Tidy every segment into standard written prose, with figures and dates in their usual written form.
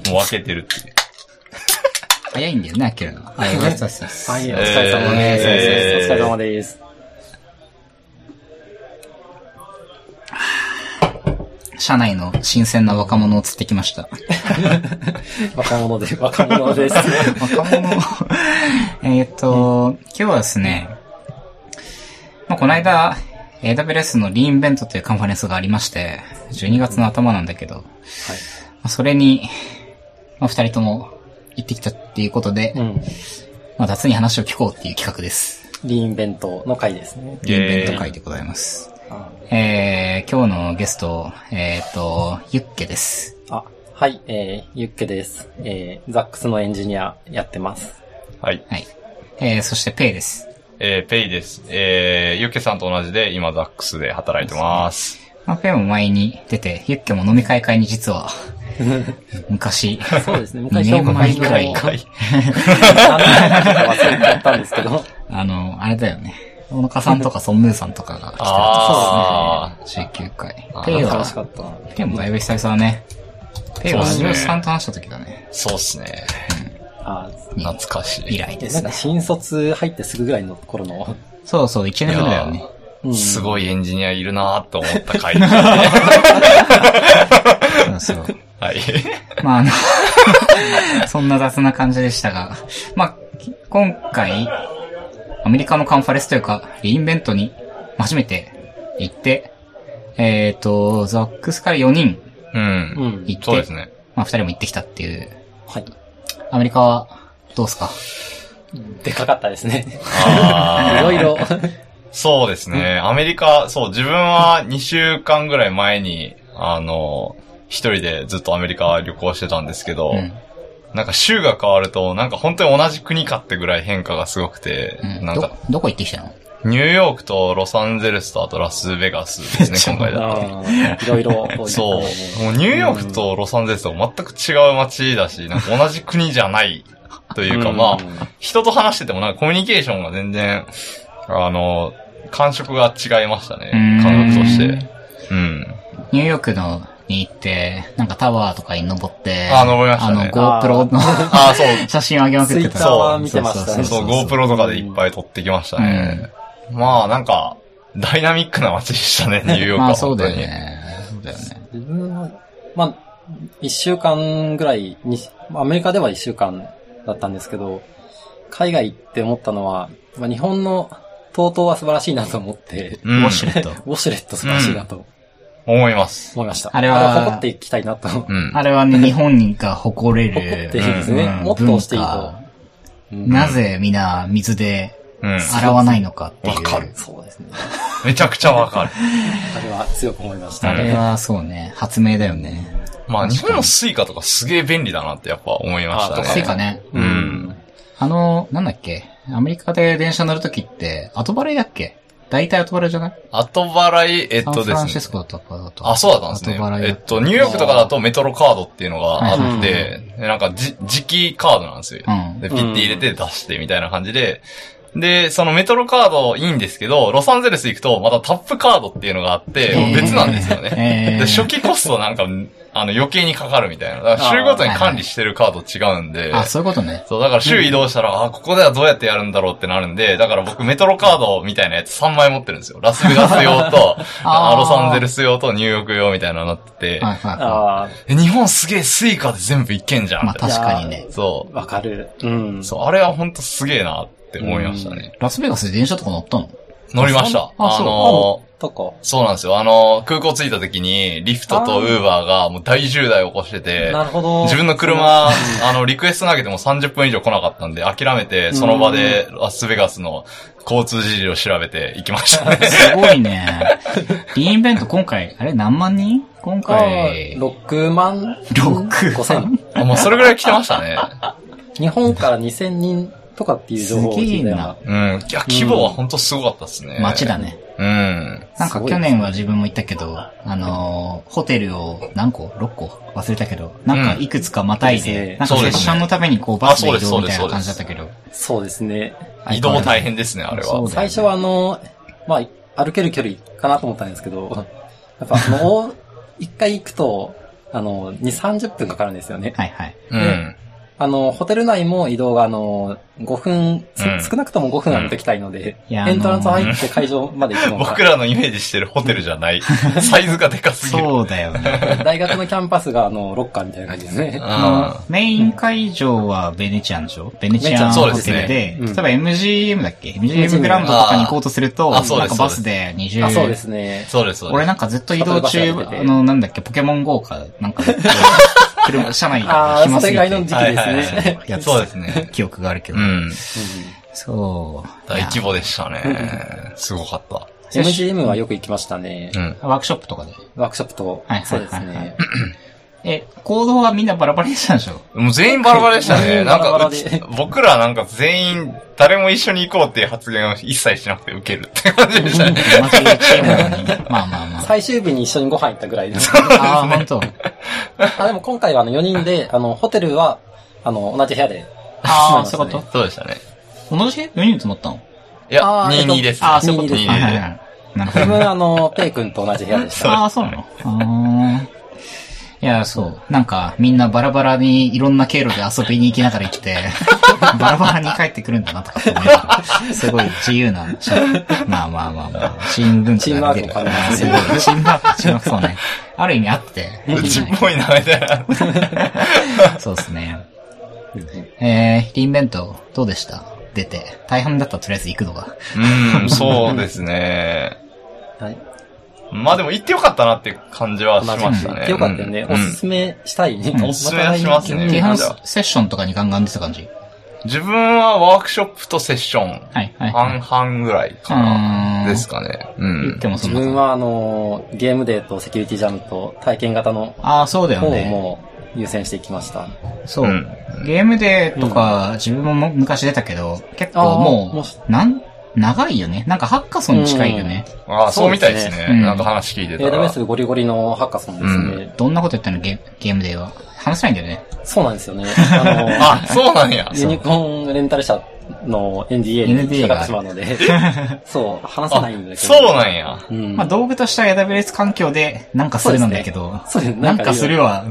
もう分けてるっていう。 早いんだよね、開けるの。はい、お疲れ様です。 はい、お疲れ様です。お疲れ様です。 社内の新鮮な若者を釣ってきました。 若者です。若者。 今日はですね、この間、AWS のリインベントというカンファレンスがありまして、12月の頭なんだけど、はい、それに、二人とも行ってきたっていうことで、雑に話を聞こうっていう企画です。 リインベントの回ですね。 リインベント回でございます。今日のゲスト、ユッケです。 はい、ユッケです。ザックスのエンジニアやってます。 はい。 はい。そしてペイです。 ペイです。ユッケさんと同じで今ザックスで働いてます。 ペイも前に出て、ユッケも飲み会会に実は、昔。 そうですね、 昔2年前ぐらい。 何年か忘れちゃったんですけど。 あれだよね。小野さんとかソンムーさんとかが来てたんですね。19回。ペイは、 楽しかった。 ペイもだいぶ久々だね。ペイはジョースさんと話した時だね。 そうっすね。懐かしい。 以来ですね。 なんか新卒入ってすぐぐらいの頃の。 そうそう、1年目だよね。 すごいエンジニアいるなと思った回そうそう。 はい。 そんな雑な感じでしたが、今回、アメリカのカンファレンスというか、リインベントに初めて行って、ザックスから4人行って、 そうですね。 2人も行ってきたっていう。 はい。 アメリカはどうですか？ でかかったですね。いろいろ。 そうですね。アメリカ、自分は2週間ぐらい前に、一人でずっとアメリカ旅行してたんですけど、なんか州が変わると、なんか本当に同じ国かってぐらい変化がすごくて、 なんかどこ行ってきたの？ ニューヨークとロサンゼルスとあとラスベガスですね、今回だと。 いろいろ。 そう。もうニューヨークとロサンゼルスと全く違う街だし、なんか同じ国じゃないというか、人と話しててもなんかコミュニケーションが全然、感触が違いましたね、感覚として。 ニューヨークに行って、なんかタワーとかに登って、 登りましたね。 GoPro の写真上げまくってた。 そう見てましたね。 そう、GoPro とかでいっぱい撮ってきましたね。なんか、ダイナミックな街でしたね、ニューヨークは。 そうだよね。そうだよね。 自分は、1週間ぐらいに、アメリカでは1週間だったんですけど、海外行って思ったのは、日本のTOTOは素晴らしいなと思って、 ウォシュレット。 ウォシュレット素晴らしいなと。 思いました。 あれは誇っていきたいなと。 あれはね、日本が誇れる。 誇っていいですね。もっとしていいと。 なぜみんな水で洗わないのかっていう。 わかる。 そうですね。 めちゃくちゃわかる。 あれは強く思いました。 あれはそうね、発明だよね。 日本のスイカとかすげえ便利だなってやっぱ思いましたね。 スイカね。なんだっけ、アメリカで電車乗るときって、後払いだっけ？大体後払いじゃない？ 後払い、ですね。 サンフランシスコだとそうだったんですね。ニューヨークとかだとメトロカードっていうのがあって、なんか磁気カードなんですよ。で、ピッて入れて出してみたいな感じで、で、そのメトロカードいいんですけど、ロサンゼルス行くとまたタップカードっていうのがあって、別なんですよね。で、初期コストなんか、余計にかかるみたいな。だから週ごとに管理してるカード違うんで。 そういうことね。 そう、だから週移動したら、ここではどうやってやるんだろうってなるんで、だから僕メトロカードみたいなやつ3枚持ってるんですよ。ラスベガス用と、ロサンゼルス用とニューヨーク用みたいなのになってて。日本すげえスイカで全部いけんじゃん。 確かにね。 そう。 わかる。 そう、あれはほんとすげえなって思いましたね。 ラスベガスで電車とか乗ったの？ 乗りました。そうなんですよ。空港着いた時に、リフトとウーバーがもう大渋滞を起こしてて、 なるほど。 自分の車、リクエスト投げても30分以上来なかったんで、諦めて、その場でラスベガスの交通事情を調べて行きましたね。 すごいね。リインベント今回、何万人？今回。 6万5千。 もうそれぐらい来てましたね。 日本から2000人とかっていう情報を聞いたような。 いや、規模は本当すごかったですね。 街だね。なんか去年は自分も行ったけど、ホテルを何個 ?6 個忘れたけど、なんかいくつかまたいで、なんかセッションのためにバスで移動みたいな感じだったけど。 そうですね。 移動大変ですね、あれは。 最初は歩ける距離かなと思ったんですけど、やっぱ一回行くと、 2、30分かかるんですよね。 はいはい。 ホテル内も移動が5分、少なくとも5分は見ときたいので、エントランス入って会場まで行くのが。 僕らのイメージしてるホテルじゃない。サイズがでかすぎる。 そうだよね。 大学のキャンパスがロッカーみたいな感じですね。 メイン会場はベネチアンでしょ？ベネチアンホテルで、例えば MGM だっけ？ MGM グラウンドとかに行こうとすると、なんかバスで20。 あ、そうですね。 そうです。 俺なんかずっと移動中、なんだっけ、ポケモン GO か、なんか、車内で暇すぎて。それぐらいの時期ですね。 そうですね。記憶があるけど。そう。 大規模でしたね。すごかった。 MGM はよく行きましたね。 ワークショップとかで。 ワークショップと、そうですね。 行動はみんなバラバラでしたでしょ？ もう全員バラバラでしたね。なんか、僕らなんか全員、誰も一緒に行こうっていう発言を一切しなくて受けるって感じでしたね。 まあまあまあ。 最終日に一緒にご飯行ったぐらいです。 ああ、本当。 でも今回は4人で、ホテルは、同じ部屋で。 ああ、そういうこと？ そうでしたね。 同じ部屋 ?4 人で泊まったの？ いや、22です。 ああ、そういうこと。 なるほど。自分ペイ君と同じ部屋でした。 ああ、そうなの？いや、そう。なんか、みんなバラバラにいろんな経路で遊びに行きながら生きて、バラバラに帰ってくるんだなとかって思う。すごい自由な、まあ、チーム文化が出る。すごい、チームワーク、そうね。ある意味あって。 うちっぽいな、みたいな。 そうですね。リンベント、どうでした？出て。大半だったらとりあえず行くのが。 そうですね。 はい。 まあでも行ってよかったなっていう感じはしましたね。 行ってよかったよね。おすすめしたいね。 おすすめはしますね。 基本セッションとかにガンガン出た感じ？ 自分はワークショップとセッション。半々ぐらいかな。ですかね。 自分はゲームデーとセキュリティジャムと体験型のそうだよね。 もう優先していきました。 そう。ゲームデーとか自分も昔出たけど、結構もう、長いよね。なんかハッカソンに近いよね。 そうみたいですね。なんか話聞いてたら。 AWS ゴリゴリのハッカソンですね。 どんなこと言ったのゲームデーは。話せないんだよね。 そうなんですよね。 そうなんや。 ユニコーンレンタル社の NDA に引っかかってしまうので。そう、話せないんだけど。 そうなんや。 まあ道具としては AWS 環境でなんかするなんだけど。そうですね。なんかするは。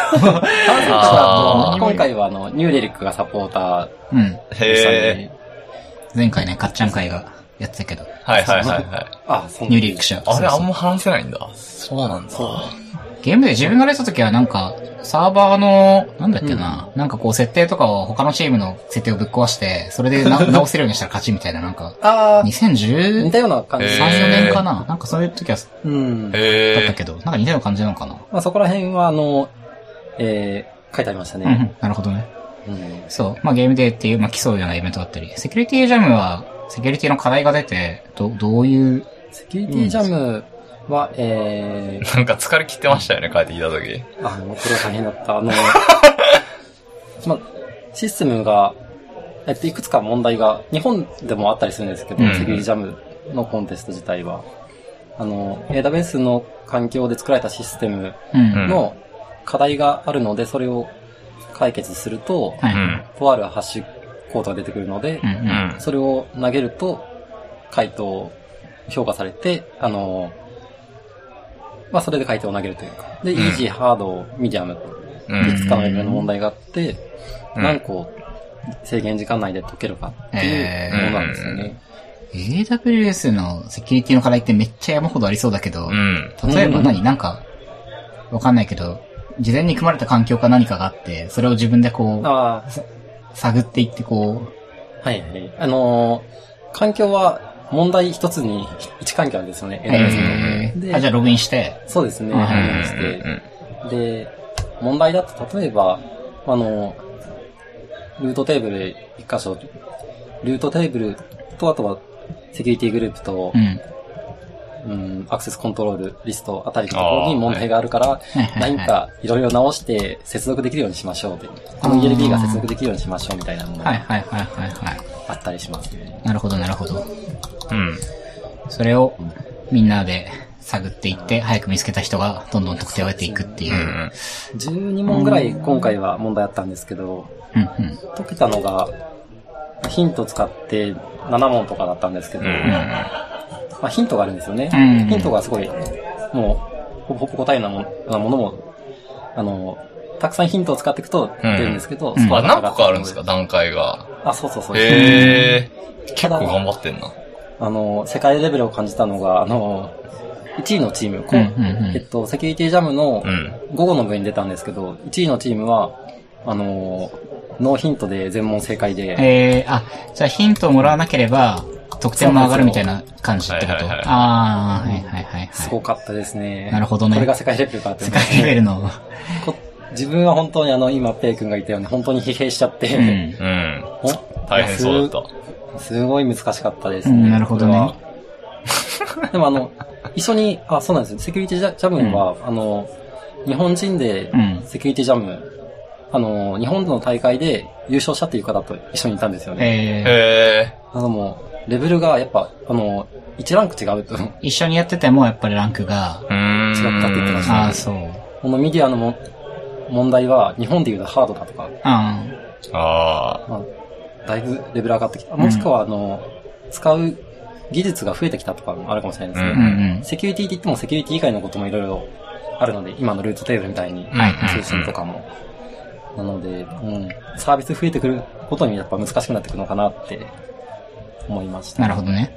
今回はニューレリックがサポーターでしたね。 前回ね、かっちゃん会がやってたけど。 はい。 ニューリック社。 あれあんま話せないんだ。そうなんだ。 ゲームで自分が出た時はなんか、サーバーの、なんだっけな、なんかこう設定とかを他のチームの設定をぶっ壊して、それで直せるようにしたら勝ちみたいな、なんか、2010? 似たような感じ。 3、4年かななんかそういう時は、だったけど、なんか似たような感じなのかな。 まあそこら辺は書いてありましたね。 なるほどね。そう。まあゲームデーっていう、まあ競うようなイベントだったり、セキュリティジャムは、セキュリティの課題が出て、どういうセキュリティジャムは、 なんか疲れ切ってましたよね、帰ってきた時。 これは大変だった。まあ、システムが、いくつか問題が、日本でもあったりするんですけど、セキュリティジャムのコンテスト自体は、AWS の環境で作られたシステムの課題があるので、それを解決すると、とあるハッシュコードが出てくるので、それを投げると、回答評価されて、まあ、それで回答を投げるというか。で、イージー、ハード、ミディアム、いくつかのレベルの問題があって、何個制限時間内で解けるかっていうものなんですよね。 AWS のセキュリティの課題ってめっちゃ山ほどありそうだけど、例えばなんか、わかんないけど、事前に組まれた環境か何かがあって、それを自分でこう、探っていってこう。 はいはい。環境は問題一つに1環境なんですよね。 じゃあログインして。 そうですね。ログインして。で、問題だと例えば、ルートテーブル1箇所、ルートテーブルとあとはセキュリティグループと、アクセスコントロールリストあたりのところに問題があるから、何かいろいろ直して接続できるようにしましょうという。この ELB が接続できるようにしましょうみたいなものがあったりしますね。 なるほど、なるほど。それをみんなで探っていって、早く見つけた人がどんどん得点を得ていくっていう。 12問ぐらい今回は問題あったんですけど、解けたのがヒント使って7問とかだったんですけど、まあ、ヒントがあるんですよね。ヒントがすごい、もう、ほぼ答えなものもたくさんヒントを使っていくと出るんですけど、 スコアが何個かあるんですか、段階が。 そう。 結構頑張ってんな。 世界レベルを感じたのが、1位のチーム、セキュリティジャムの午後の部に出たんですけど、1位のチームは、ノーヒントで全問正解で。 じゃあヒントをもらわなければ、得点も上がるみたいな感じってこと？ すごかったですね。 なるほどね。 これが世界レベルかって。 世界レベルの。 自分は本当に今、ペイ君が言ったように本当に疲弊しちゃって。 大変そうだった。 すごい難しかったですね。 なるほどね。 でも一緒に、そうなんですよ。セキュリティジャムは、日本人でセキュリティジャム、日本の大会で優勝したっていう方と一緒にいたんですよね。もう、レベルがやっぱ、1ランク違うと。 一緒にやっててもやっぱりランクが違ったって言ってましたね。 そう。 このミディアの問題は日本でいうとハードだとか。だいぶレベル上がってきた。もしくは使う技術が増えてきたとかもあるかもしれないですね。セキュリティって言ってもセキュリティ以外のこともいろいろあるので、今のルートテーブルみたいに通信とかも。なので、サービス増えてくることにやっぱ難しくなってくるのかなって思いました。 なるほどね。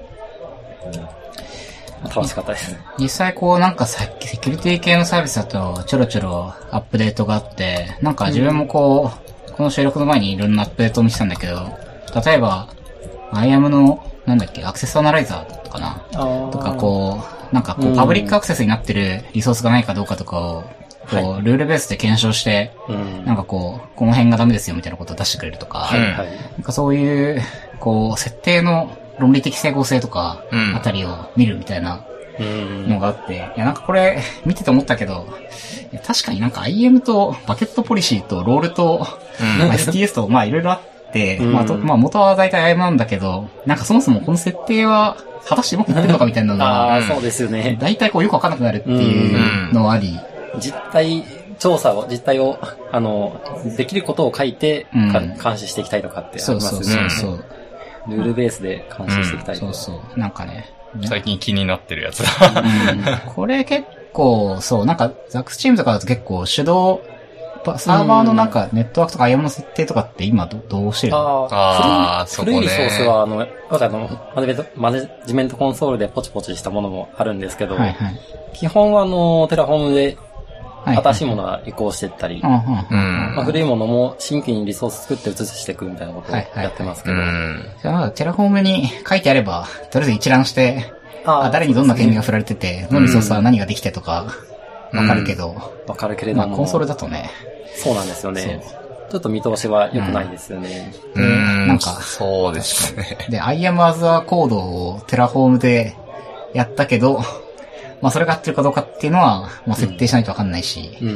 楽しかったです。 実際なんかセキュリティ系のサービスだとちょろちょろアップデートがあって、なんか自分もこの収録の前にいろんなアップデートを見てたんだけど、例えば、IAM の、アクセスアナライザーかなとかパブリックアクセスになってるリソースがないかどうかとかを、ルールベースで検証して、この辺がダメですよみたいなことを出してくれるとか、そういう、設定の論理的整合性とか、あたりを見るみたいなのがあって、これ、見てて思ったけど、確かにIAM とバケットポリシーとロールと、STS と、いろいろあって、元は大体 IAM なんだけど、そもそもこの設定は、果たしてうまくいってるのかみたいなのが、 そうですよね。 大体よくわかんなくなるっていうのはあり、 実態を、できることを書いて、監視していきたいとかってありますね。そう。ルールベースで監視していきたい。 最近気になってるやつだ。 これ結構、ザックスチームとかだと結構手動、サーバーのネットワークとか IAM の設定とかって今どうしてるの？ 古いリソースはマネジメントコンソールでポチポチしたものもあるんですけど、基本はテラフォームで新しいものは移行していったり、古いものも新規にリソース作って移していくみたいなことをやってますけど。 じゃあテラフォームに書いてあれば、とりあえず一覧して、誰にどんな権利が振られてて、どのリソースは何ができてとか、わかるけど。コンソールだとね。 そうなんですよね。ちょっと見通しは良くないですよね。 そうですね。 で、IAM as a code をテラフォームでやったけど、それが合ってるかどうかっていうのは、設定しないとわかんないし。そこ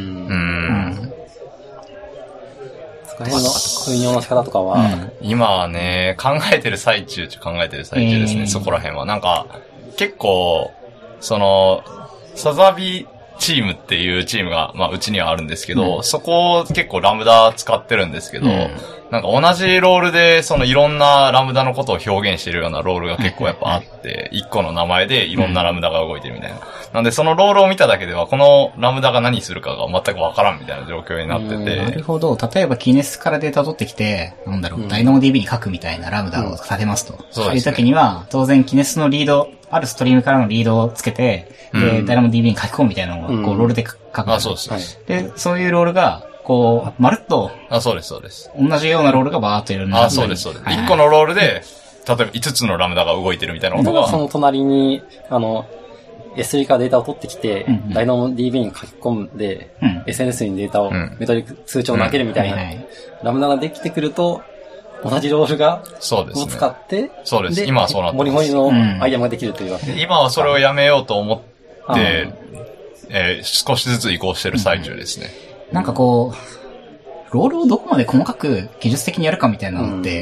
辺の運用の仕方とかは、 今はね、考えてる最中ですね、そこら辺は。結構、サザビチームっていうチームが、うちにはあるんですけど、そこ結構ラムダ使ってるんですけど、同じロールで、いろんなラムダのことを表現しているようなロールが結構やっぱあって、一個の名前でいろんなラムダが動いてるみたいな。なんでそのロールを見ただけでは、このラムダが何するかが全くわからんみたいな状況になってて。 なるほど。例えばキネスからデータを取ってきて、DynamoDB に書くみたいなラムダを立てますと。そういう時には、当然キネスのリード、あるストリームからのリードをつけて、で、DynamoDB に書き込むみたいなのを、ロールで書く。 そうです。 で、そういうロールが、まるっと。 そうです。 同じようなロールがバーっといるんだ。 そうです。1個のロールで、例えば5つのラムダが動いてるみたいなことが。 その隣に、S3 からデータを取ってきて、DynamoDB に書き込んで、SNS にデータを、メトリック通知を投げるみたいな、ラムダができてくると、同じロールが、を使って、 そうです。今はそうなってます。 モリモリのIAMができるというわけで。 今はそれをやめようと思って、少しずつ移行してる最中ですね。 ロールをどこまで細かく技術的にやるかみたいなのって、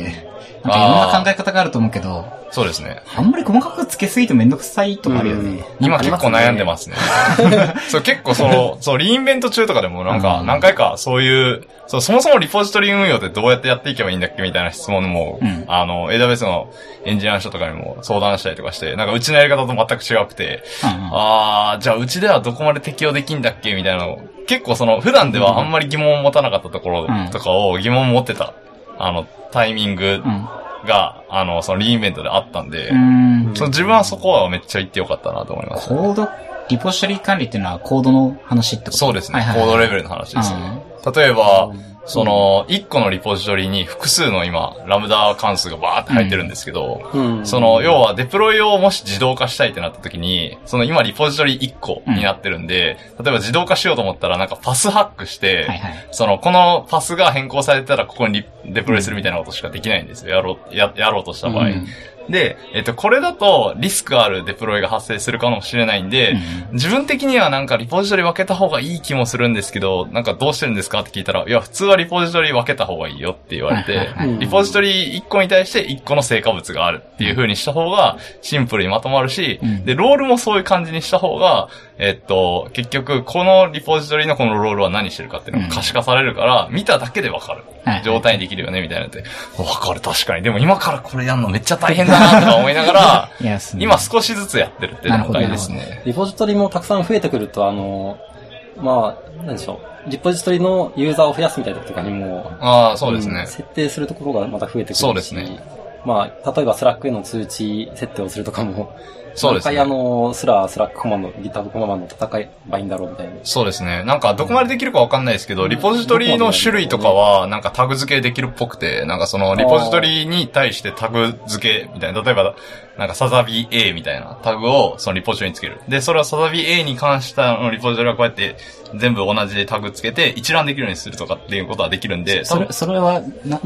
なんかいろんな考え方があると思うけど、 そうですね。 あんまり細かくつけすぎてめんどくさいとかあるよね。 今結構悩んでますね。そう、結構そう、リインベント中とかでもなんか、何回かそういう、そもそもリポジトリ運用ってどうやってやっていけばいいんだっけみたいな質問も、AWS のエンジニアの人とかにも相談したりとかして、なんかうちのやり方と全く違くて、じゃあうちではどこまで適用できんだっけみたいなのを、結構普段ではあんまり疑問を持たなかったところとかを疑問を持ってた、タイミングが、リインベントであったんで、自分はそこはめっちゃ言ってよかったなと思います。 コード、リポジトリ管理っていうのはコードの話ってこと？ そうですね。コードレベルの話ですね。例えば、1個のリポジトリに複数の今、ラムダ関数がバーって入ってるんですけど、要はデプロイをもし自動化したいってなった時に、今リポジトリ1個になってるんで、例えば自動化しようと思ったらなんかパスハックして、このパスが変更されたらここにデプロイするみたいなことしかできないんですよ。やろうとした場合。で、これだとリスクあるデプロイが発生するかもしれないんで、自分的にはなんかリポジトリ分けた方がいい気もするんですけど、なんかどうしてるんですかって聞いたら、いや、普通はリポジトリ分けた方がいいよって言われて、リポジトリ1個に対して1個の成果物があるっていう風にした方がシンプルにまとまるし、で、ロールもそういう感じにした方が、結局、このリポジトリのこのロールは何してるかっていうのが可視化されるから、見ただけで分かる状態にできるよね、みたいなので、分かる、確かに。でも今からこれやるのめっちゃ大変だなとか思いながら、今少しずつやってるっていう段階ですね。 リポジトリもたくさん増えてくると、なんでしょう。リポジトリのユーザーを増やすみたいなとかにも、 そうですね。 設定するところがまた増えてくるし、 そうですね。 例えばスラックへの通知設定をするとかも、 そうですね。 スラックコマンド、GitHub コマンド戦えばいいんだろうみたいな。 そうですね。なんかどこまでできるかわかんないですけど、リポジトリの種類とかはなんかタグ付けできるっぽくて、なんかリポジトリに対してタグ付けみたいな、例えばなんかサザビー A みたいなタグをリポジトリにつける。で、それはサザビー A に関したリポジトリはこうやって全部同じでタグ付けて一覧できるようにするとかっていうことはできるんで、 それは、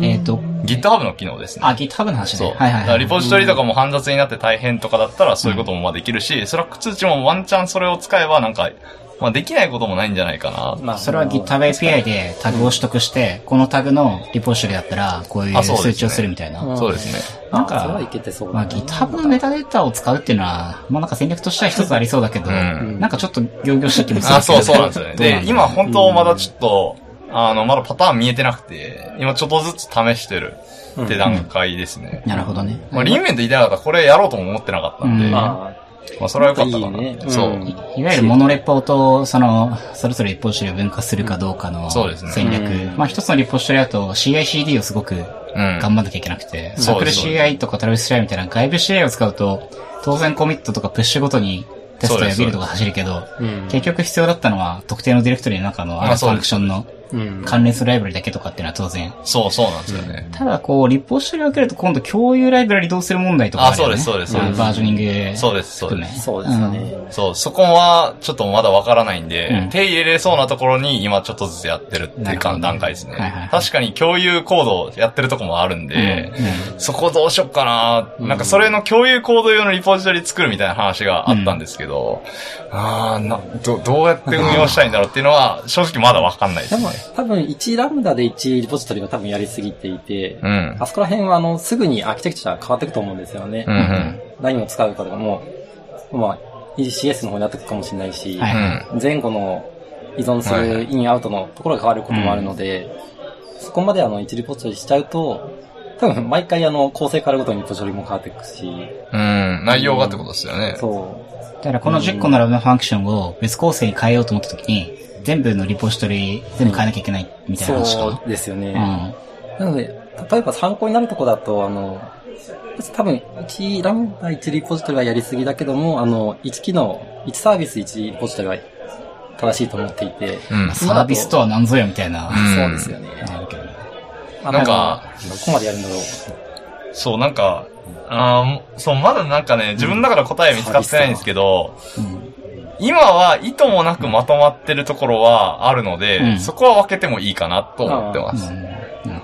GitHub の機能ですね。 GitHub の話ね。 そう。だからリポジトリとかも煩雑になって大変とかだったらそういうこともできるし、スラック通知もワンチャンそれを使えばなんか、できないこともないんじゃないかな。 それは GitHub API でタグを取得して、このタグのリポジトリだったら、こういう数値をするみたいな。 そうですね。 なんか、 GitHub のメタデータを使うっていうのは、なんか戦略としては一つありそうだけど、なんかちょっと仰々しい気もする。 そうなんですよね。で、今本当まだちょっと、まだパターン見えてなくて、今ちょっとずつ試してるって段階ですね。 なるほどね。 リインベント言いたかったらこれやろうとも思ってなかったんで、それは良かったかな。そう。 いわゆるモノレポと、それぞれリポジトリを分割するかどうかの戦略。一つのリポジトリだと CI/CD をすごく頑張んなきゃいけなくて、サークル CI とかトラビス CI みたいな外部 CI を使うと、当然コミットとかプッシュごとにテストやビルドが走るけど、結局必要だったのは特定のディレクトリの中のあるファンクションの関連するライブラリだけとかっていうのは当然。 そうなんですよね。 ただリポジトリを受けると今度共有ライブラリどうする問題とかあるよね。 そうです。 バージョニング。 そうですよね。 そこはちょっとまだわからないんで、手入れれそうなところに今ちょっとずつやってるっていう段階ですね。確かに共有コードをやってるとこもあるんで、そこどうしよっかな。なんかそれの共有コード用のリポジトリ作るみたいな話があったんですけど、どうやって運用したいんだろうっていうのは正直まだわかんないですね。 多分1ラムダで1リポジトリが多分やりすぎていて、あそこら辺はすぐにアーキテクチャ変わっていくと思うんですよね。何を使うかとかも、ECS の方になっていくかもしれないし、前後の依存するインアウトのところが変わることもあるので、そこまで1リポジトリしちゃうと、多分毎回構成変わるごとにリポジトリも変わっていくし、 内容がってことですよね。 そう。だからこの10個のラムダファンクションを別構成に変えようと思ったときに、全部のリポジトリ全部変えなきゃいけないみたいな話かな。 そうですよね。なので、例えば参考になるとこだと、多分、1ラムダ1リポジトリはやりすぎだけども、1機能、1サービス1リポジトリは正しいと思っていて。 サービスとは何ぞやみたいな。 そうですよね。 なんか、 どこまでやるんだろう。 そう、なんか、まだなんかね、自分の中で答え見つかってないんですけど、今は意図もなくまとまってるところはあるので、そこは分けてもいいかなと思ってます。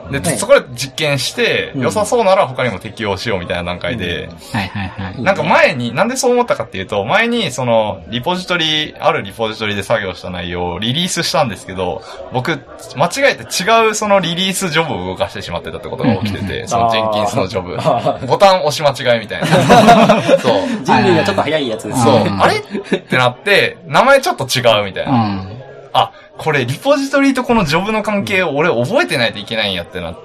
で、そこで実験して、良さそうなら他にも適用しようみたいな段階で、なんか前に、なんでそう思ったかっていうと、前にその、あるリポジトリで作業した内容をリリースしたんですけど、僕、間違えて違うそのリリースジョブを動かしてしまってたってことが起きてて、そのジェンキンスのジョブ。ボタン押し間違いみたいな。 そう。人類がちょっと早いやつです。 そう。あれってなって、名前ちょっと違うみたいな。あ、これリポジトリとこのジョブの関係を俺覚えてないといけないんやってなって、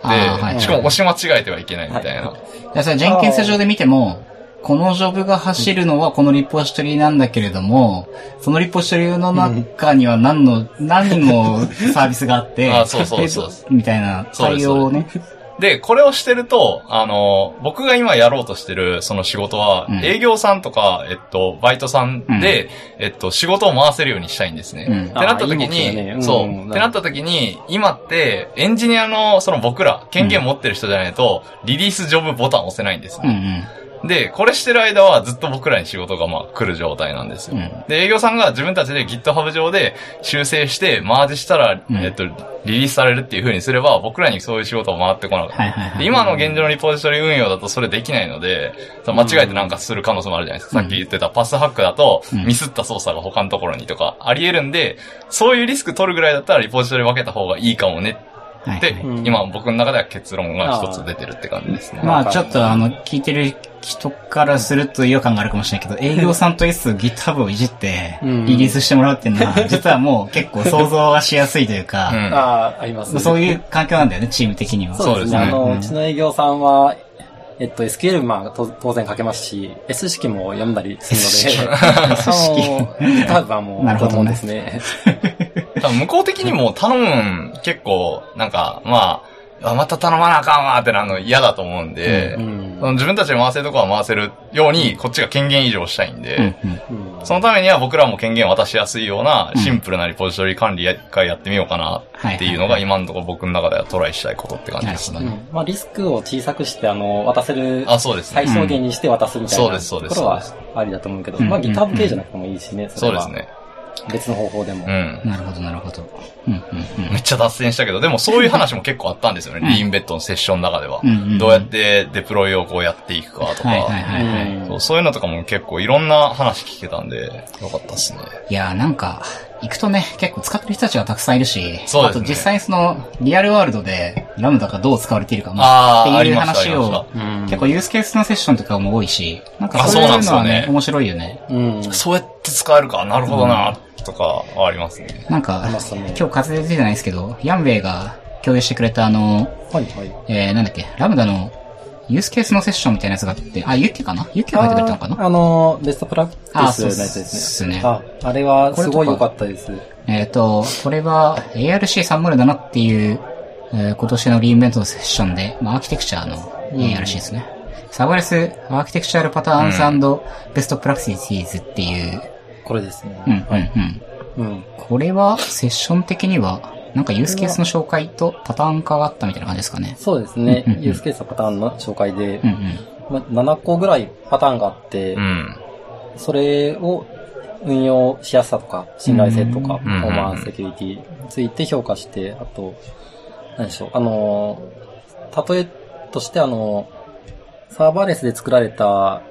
しかも押し間違えてはいけないみたいな。 それジェンキンス上で見ても、このジョブが走るのはこのリポジトリなんだけれども、そのリポジトリの中には何のサービスがあって、みたいな対応をね。 で、これをしてると、僕が今やろうとしてるその仕事は、営業さんとか、バイトさんで、仕事を回せるようにしたいんですね。ってなった時に、ってなった時に、今って、エンジニアのその僕ら、権限持ってる人じゃないと、リリースジョブボタン押せないんですね。で、これしてる間はずっと僕らに仕事が来る状態なんですよ。で、営業さんが自分たちで GitHub 上で修正してマージしたら、リリースされるっていう風にすれば、僕らにそういう仕事が回ってこなかった。今の現状のリポジトリ運用だとそれできないので、間違えてなんかする可能性もあるじゃないですか。さっき言ってたパスハックだと、ミスった操作が他のところにとかあり得るんで、そういうリスク取るぐらいだったらリポジトリ分けた方がいいかもね。で、今僕の中では結論が一つ出てるって感じですね。 まあちょっと聞いてる人からすると違和感があるかもしれないけど、営業さんと GitHub をいじってリリースしてもらうっていうのは、実はもう結構想像はしやすいというか、 ありますね。 そういう環境なんだよね、チーム的には。 そうですね。うちの営業さんは、SQL 当然書けますし、S 式も読んだりするので、GitHub はもう、子供ですね。 多分向こう的にも頼む結構、なんか、また頼まなあかんわってなるの嫌だと思うんで、自分たちで回せるとこは回せるように、こっちが権限移譲したいんで、そのためには僕らも権限渡しやすいようなシンプルなリポジトリ管理一回やってみようかなっていうのが今のところ僕の中ではトライしたいことって感じですね。 リスクを小さくして渡せる、最小限にして渡すみたいなところはありだと思うけど、GitHub 系じゃなくてもいいしね。 そうですね。 別の方法でも。 なるほど、なるほど。 めっちゃ脱線したけど、でもそういう話も結構あったんですよね。リーンベッドのセッションの中では。どうやってデプロイをこうやっていくかとか。そういうのとかも結構いろんな話聞けたんで、よかったっすね。 いやーなんか、行くとね、結構使ってる人たちがたくさんいるし、あと実際その、リアルワールドでラムダがどう使われているかっていう話を、結構ユースケースのセッションとかも多いし、なんかそういうのはね、面白いよね。 そうやって使えるか、なるほどな、とかありますね。 なんか、今日風出てないですけど、ヤンウェイが共有してくれたなんだっけ、ラムダのユースケースのセッションみたいなやつがあって、ユッケかなユッケが入ってくれたのかなベストプラクティスのやつですね。あれはすごい良かったです。 これは ARC307 っていう、今年のリインベントのセッションで、アーキテクチャの ARC ですね。サーバレスアーキテクチャルパターンズ&ベストプラクティシーズっていう。 これですね。 これはセッション的には、なんかユースケースの紹介とパターン化があったみたいな感じですかね。 そうですね。ユースケースのパターンの紹介で、7個ぐらいパターンがあって、それを運用しやすさとか、信頼性とか、パフォーマンスセキュリティについて評価して、あと、何でしょう。例えとしてサーバーレスで作られた、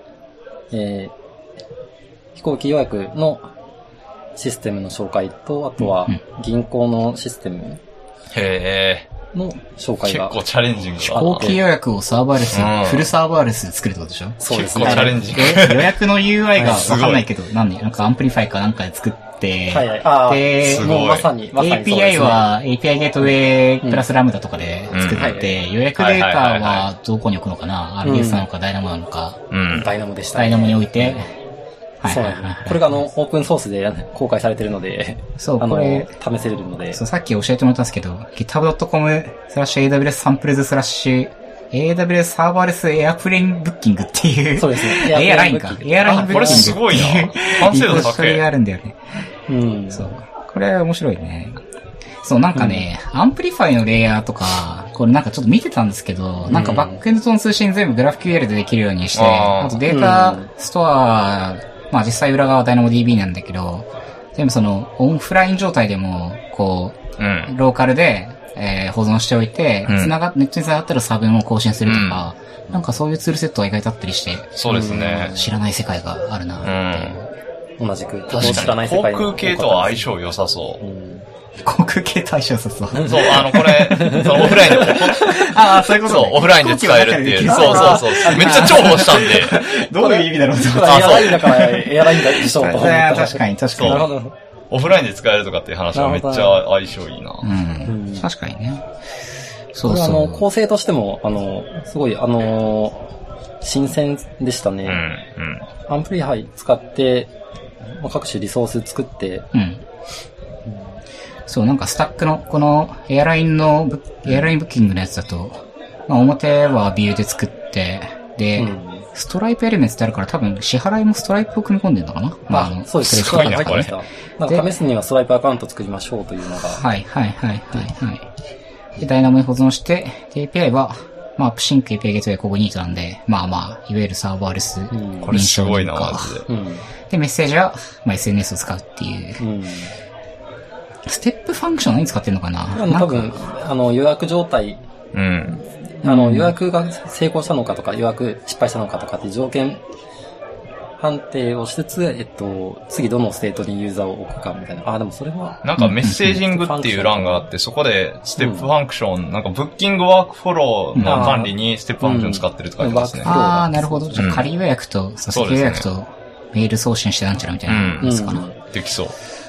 飛行機予約のシステムの紹介と、あとは銀行のシステムの紹介が。 結構チャレンジングだ。 飛行機予約をサーバーレス、フルサーバーレスで作るってことでしょ？ そうですね。 結構チャレンジング。 予約の UI がわかんないけど、なんかアンプリファイかなんかで作って、 で、もうまさに API は API ゲートウェイプラスラムダとかで作って、予約データはどこに置くのかな？ RDS なのかダイナモなのか？ ダイナモでした。 ダイナモに置いて、 そうなんです。これがオープンソースで公開されてるので、 そう、これ、 試せれるので。 そう、さっき教えてもらったんですけど、github.com/aws-samples/AWS サーバーレスエアプレインブッキングっていう。 そうですね。 エアラインか。エアラインブッキング。 これすごいな。完成度高い。 それがあるんだよね。そう。これ面白いね。そう、なんかね、アンプリファイのレイヤーとか、これなんかちょっと見てたんですけど、なんかバックエンドとの通信全部グラフ QL でできるようにして、あとデータストア、実際裏側は DynamoDB なんだけど、全部そのオフライン状態でも、こう、ローカルで保存しておいて、ネットに繋がったら差分を更新するとか、なんかそういうツールセットが意外とあったりして、 そうですね。 知らない世界があるなっていう。 同じく、 知らない世界。航空系とは相性良さそう。 航空系と相性良さそう。 そう、これ、オフラインで、 そういうことそう、オフラインで使えるっていう。そう。めっちゃ重宝したんで。 どういう意味だろうと思って。 エアラインだから、エアラインだでしょうと思った。 確かに。 なるほど。オフラインで使えるとかっていう話はめっちゃ相性いいな。 確かにね。 そう。構成としても、すごい、新鮮でしたね。アンプリファイ使って、各種リソース作って、 そう、なんかスタックの、このエアラインブッキングのやつだと、表はビューで作って、で、ストライプエレメンツってあるから多分支払いもストライプを組み込んでるのかな？ そうです。 すごいな、これ。 なんか試すにはストライプアカウント作りましょうというのが。 はい。で、ダイナモに保存して、で、API は、アップシンク API ゲートウェイコグニートなんで、いわゆるサーバーレスこれすごいな、マジで。 で、メッセージは、SNS を使うっていう。ステップファンクション何使ってるのかな？ 多分、予約状態。予約が成功したのかとか、予約失敗したのかとかって条件判定をしつつ、次どのステートにユーザーを置くかみたいな。でもそれは。 なんかメッセージングっていう欄があって、そこでステップファンクション、なんかブッキングワークフォローの管理にステップファンクション使ってるって書いてますね。 なるほど。じゃあ仮予約と、先予約とメール送信してなんちゃらみたいなやつかな。 できそう。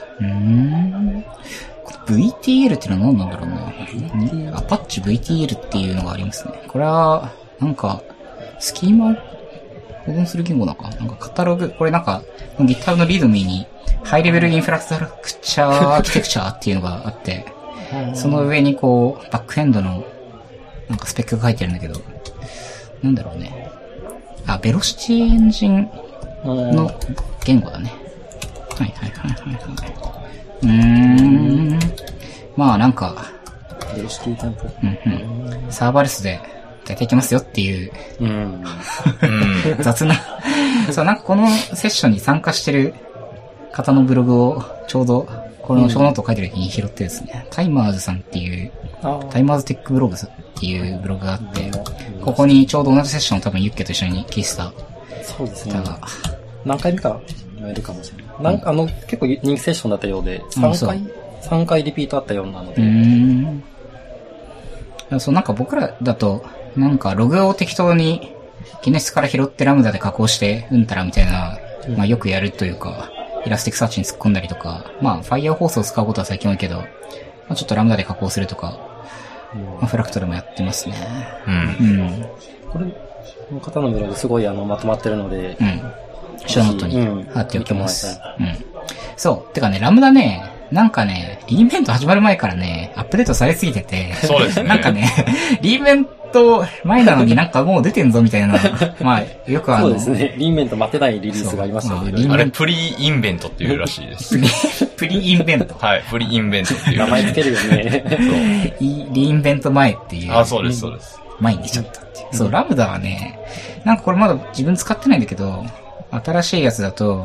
VTL っていうのは何なんだろうな。アパッチ VTL っていうのがありますね。これは、なんか、スキーマを保存する言語なのかなんかカタログ、これなんか、GitHub のリードミーに、ハイレベルインフラストラクチャーアーキテクチャーっていうのがあって、その上にこう、バックエンドの、なんかスペックが書いてるんだけど、なんだろうね。ベロシティエンジンの言語だね。なんか、サーバーレスで大体いけますよっていう、雑な、そう、なんかこのセッションに参加してる方のブログをちょうど、このショーノートを書いてる時に拾ってですね、タイマーズさんっていう、タイマーズテックブログっていうブログがあって、ここにちょうど同じセッションを多分ユッケと一緒に聞いてた。 そうですね。何回目かやるかもしれない。結構人気セッションだったようで、3回リピートあったようなので。 そう、なんか僕らだと、なんかログを適当にギネスから拾ってラムダで加工して、うんたらみたいな、よくやるというか、イラスティックサーチに突っ込んだりとか、ファイヤーホースを使うことは最近多いけど、ちょっとラムダで加工するとか、フラクトルもやってますね。 これ、この方のブログすごいまとまってるので、 ショーノートに貼っておきます。そう。てかね、ラムダね、なんかね、リーンベント始まる前からね、アップデートされすぎてて、 そうですね。 なんかね、リーンベント前なのになんかもう出てんぞみたいな、よくそうですね。リーンベント待てないリリースがありましたね。 あれ、プリインベントっていうらしいです。 プリインベント。 はい、プリインベントっていう。 名前つけるよね。 そう。リーンベント前っていう。 そうです、そうです。 前に出ちゃったっていう。そう、ラムダはね、なんかこれまだ自分使ってないんだけど、新しいやつだと、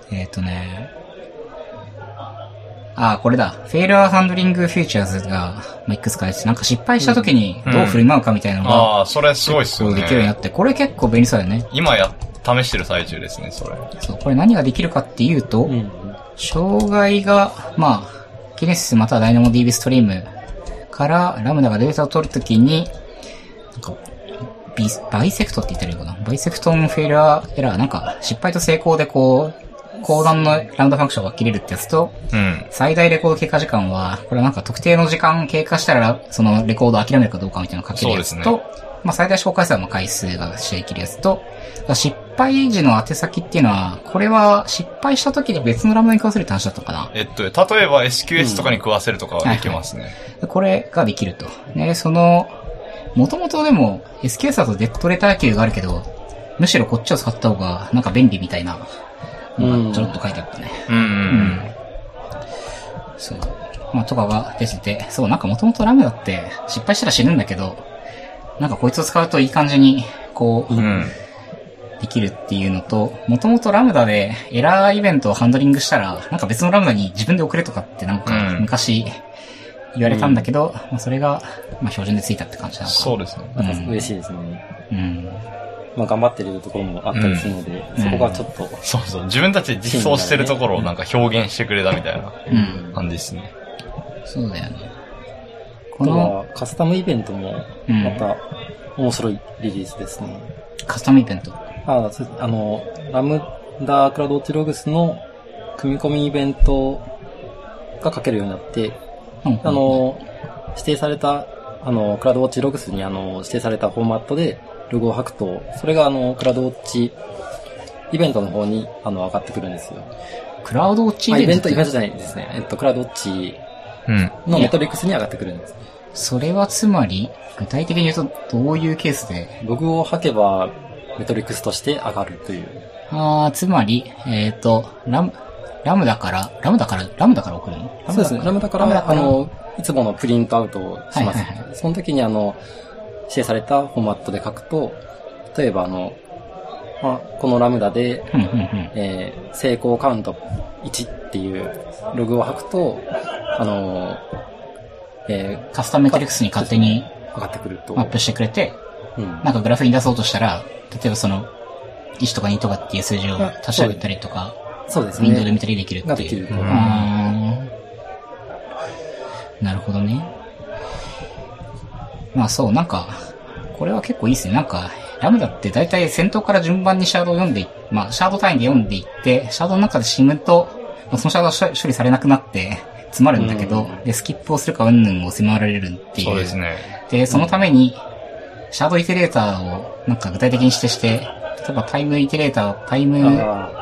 これだ。フェイルアーハンドリングフューチャーズが、いくつかです。なんか失敗した時にどう振り回うかみたいなのが、 それすごいっすよね。 できるようになって、これ結構便利そうだよね。 今試してる最中ですね、それ。 そう、これ何ができるかっていうと、障害が、キネシスまたはダイナモ DB ストリームからラムダがデータを取るときに、なんか、バイセクトって言ったらいいのかな？バイセクトンフェイルアーエラー、なんか失敗と成功でこう、コーダンのラムダファンクションが切れるってやつと、最大レコード経過時間は、これなんか特定の時間経過したら、そのレコードを諦めるかどうかみたいなのを書けるやつと、最大小回数の回数が指定できるやつと、失敗時の宛先っていうのは、これは失敗した時に別のラムダに食わせるって話だったかな。 例えば SQS とかに食わせるとかはできますね。 これができると。ね、もともとでも SQS だとデッドレター級があるけど、むしろこっちを使った方がなんか便利みたいな、ちょろっと書いてあったね。そう。とかが出てて、そう、なんかもともとラムダって失敗したら死ぬんだけど、なんかこいつを使うといい感じに、こう、できるっていうのと、もともとラムダでエラーイベントをハンドリングしたら、なんか別のラムダに自分で送れとかってなんか昔、 言われたんだけど、まあ、それが、まあ、標準でついたって感じなのか。 そうですね。 嬉しいですね。まあ、頑張ってるところもあったりするので、そこがちょっと。 そうそう。自分たちで実装してるところをなんか表現してくれたみたいな感じですね。 そうだよね。 このカスタムイベントも、また面白いリリースですね。 カスタムイベント？ ラムダクラウドウォッチログスの組み込みイベントが書けるようになって、指定された、クラウドウォッチログスに指定されたフォーマットでログを吐くと、それがクラウドウォッチイベントの方に上がってくるんですよ。 クラウドウォッチイベントじゃないですね。クラウドウォッチのメトリックスに上がってくるんです。 それはつまり、具体的に言うとどういうケースで？ ログを吐けばメトリックスとして上がるという。 つまり、ラムダから送るの？ そうですね。ラムダからいつものプリントアウトをします。その時に指定されたフォーマットで書くと、例えばこのラムダで、成功カウント1っていうログを吐くと、 カスタムメトリックスに勝手に上がってくると。 アップしてくれて、なんかグラフに出そうとしたら、例えばその、1とか2とかっていう数字を足し上げたりとか、 そうですね。 ウィンドウで見たりできるっていう。なるほどね。まあそう、なんか、これは結構いいですね。なんか、ラムダって大体先頭から順番にシャードを読んでまあシャード単位で読んでいって、シャードの中で死ぬと、そのシャードは処理されなくなって、詰まるんだけど、で、スキップをするかうんぬんを迫られるっていう。 そうですね。 で、そのために、シャードイテレーターをなんか具体的に指定して、例えばタイムイテレーター、タイムなん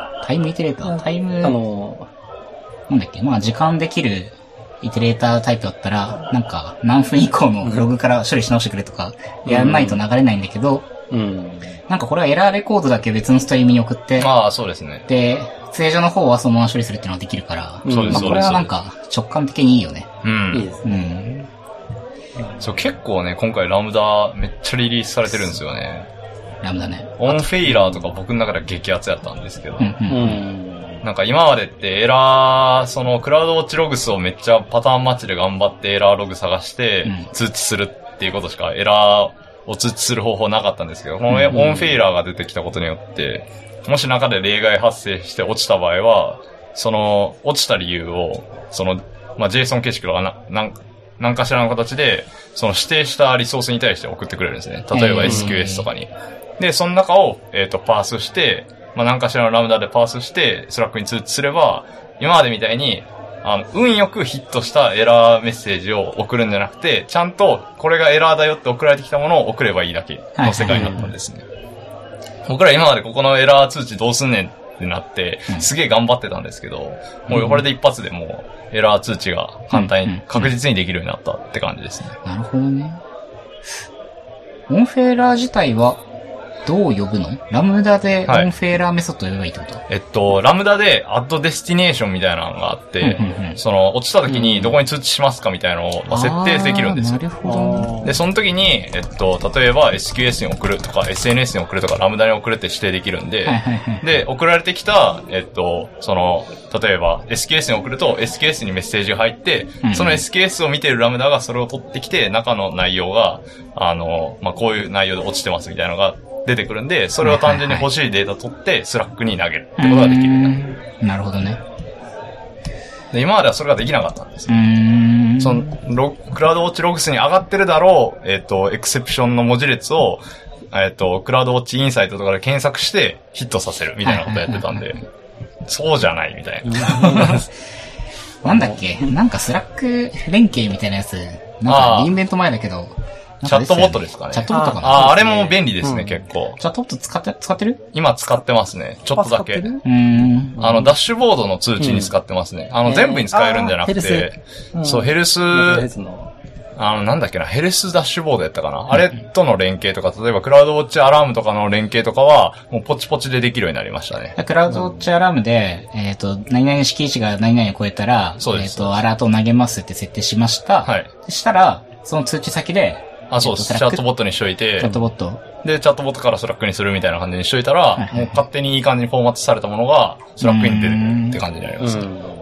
だっけ、まあ時間できるイテレータータイプだったら、なんか何分以降のログから処理し直してくれとか、やらないと流れないんだけど、なんかこれはエラーレコードだけ別のストリームに送って、 そうですね。 で、通常の方はそのまま処理するっていうのができるから、まあこれはなんか直感的にいいよね。 いいですね。 そう、結構ね、今回ラムダめっちゃリリースされてるんですよね。 ラムダね。 オンフェイラーとか僕の中では激アツやったんですけど、なんか今までってエラー、そのクラウドウォッチログスをめっちゃパターンマッチで頑張ってエラーログ探して通知するっていうことしかエラーを通知する方法なかったんですけど、このオンフェイラーが出てきたことによって、もし中で例外発生して落ちた場合は、その落ちた理由を、まあ、JSON 形式とか何かしらの形で、その指定したリソースに対して送ってくれるんですね。例えば SQS とかに。で、その中を、パースして、まあ、何かしらのラムダでパースして、スラックに通知すれば、今までみたいに、運よくヒットしたエラーメッセージを送るんじゃなくて、ちゃんとこれがエラーだよって送られてきたものを送ればいいだけの世界になったんですね。僕ら今までここのエラー通知どうすんねんってなって、すげえ頑張ってたんですけど、もうこれで一発でもうエラー通知が簡単に確実にできるようになったって感じですね。 なるほどね。オンフェーラー自体はどう呼ぶの？ラムダでオンフェーラーメソッドを呼べばいいってこと？ ラムダでアッドデスティネーションみたいなのがあって、落ちた時にどこに通知しますかみたいなのを設定できるんですよ。 なるほど。 で、その時に、例えば SQS に送るとか SNS に送るとかラムダに送るって指定できるんで、で、送られてきた、例えば SQS に送ると SQS にメッセージが入って、その SQS を見てるラムダがそれを取ってきて、中の内容が、まあ、こういう内容で落ちてますみたいなのが出てくるんで、それを単純に欲しいデータ取ってスラックに投げるってことができる。 なるほどね。 で、今まではそれができなかったんですよ。そのクラウドウォッチログスに上がってるだろう、エクセプションの文字列を、クラウドウォッチインサイトとかで検索してヒットさせるみたいなことやってたんで、そうじゃないみたいな。 なんだっけ？なんかスラック連携みたいなやつ、なんかリインベント前だけど、 チャットボットですかね。 チャットボットかな。 あれも便利ですね、結構。 チャットボット使ってる？ 今使ってますね。ちょっとだけ。ダッシュボードの通知に使ってますね。全部に使えるんじゃなくて、そう、ヘルス、なんだっけな、ヘルスダッシュボードやったかな。あれとの連携とか、例えばクラウドウォッチアラームとかの連携とかは、もうポチポチでできるようになりましたね。 クラウドウォッチアラームで、何々式値が何々を超えたら、アラートを投げますって設定しました。はい。そしたら、その通知先で、 そうです。チャットボットにしといて。 チャットボット。 で、チャットボットからスラックにするみたいな感じにしといたら、もう勝手にいい感じにフォーマットされたものが、スラックに出るって感じになりますね。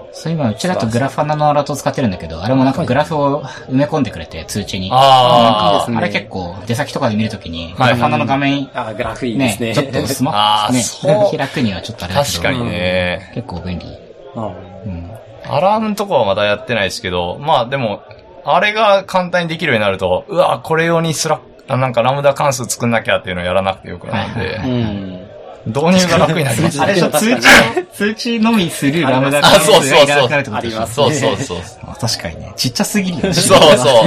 そう今うちだとグラファナのアラートを使ってるんだけど、あれもなんかグラフを埋め込んでくれて、通知に。 ああれ結構出先とかで見るときに、グラファナの画面、 グラフいいですね。 ちょっとスマホね、開くにはちょっとあれだけど。 確かにね。 結構便利。 アラームのとこはまだやってないですけど、まあでも、あれが簡単にできるようになると、うわ、これ用になんかラムダ関数作んなきゃっていうのをやらなくてよくなるんで、導入が楽になります。 あれでしょ、通知のみするラムダ関数がいらなくなるってことでしょ。 そう。 確かにね。ちっちゃすぎるよね。 そう。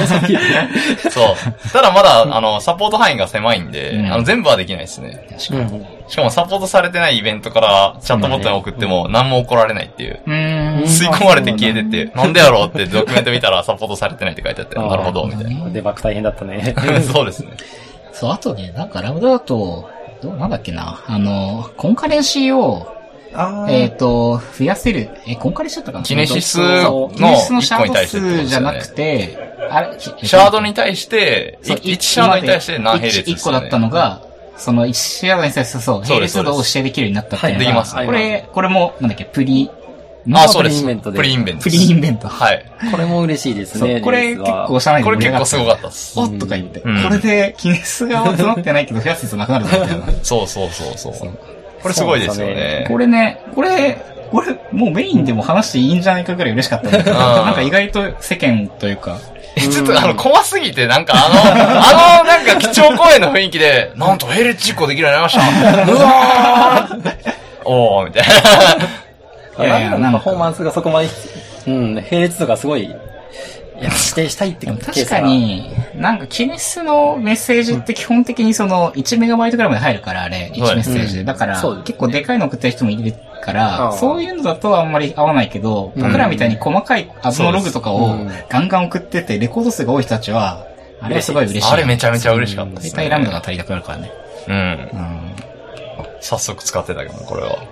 ただまだ、サポート範囲が狭いんで、全部はできないですね。 確かに。 しかもサポートされてないイベントからチャットボタンを送っても何も起こられないっていう。吸い込まれて消えてって、なんでやろうってドキュメント見たらサポートされてないって書いてあって、なるほど、みたいな。 デバッグ大変だったね。 そうですね。 そう、あとね、なんかラムダだと、なんだっけな、コンカレンシーを、増やせる、コンカレンシーだったかな？ キネシスの1個に対して数じゃなくて、 シャードに対して、1シャードに対して何並列 1個だったのが、その1シャードに対してそう、並列度を指定できるようになったっていうのが、 できますね。 これも、なんだっけ、 そうです。プリインベント。 プリインベント。 はい。 これも嬉しいですね。 これ結構社内でこれ結構すごかったです。 おっとか言って。これで、キネスが集まってないけど、増やす必要なくなるぞみたいな。 そう。これすごいですよね。 これね、これ、もうメインでも話していいんじゃないかぐらい嬉しかったんだけど、なんか意外と世間というか、 ちょっと怖すぎて、なんかなんか基調講演の雰囲気で、なんと並列実行できるようになりました。うわーおー、みたいな。 いやパフォーマンスがそこまで、並列とかすごい、指定したいってケースが。 確かに、なんかキネスのメッセージって基本的にその1メガバイトぐらいまで入るから、あれ、1メッセージで。だから、結構でかいの送ってる人もいるから、そういうのだとあんまり合わないけど、僕らみたいに細かいアズのログとかをガンガン送ってて、レコード数が多い人たちは、あれはすごい嬉しい。 あれめちゃめちゃ嬉しかったですね。 大体ラムダが足りなくなるからね。 早速使ってたけど、これは。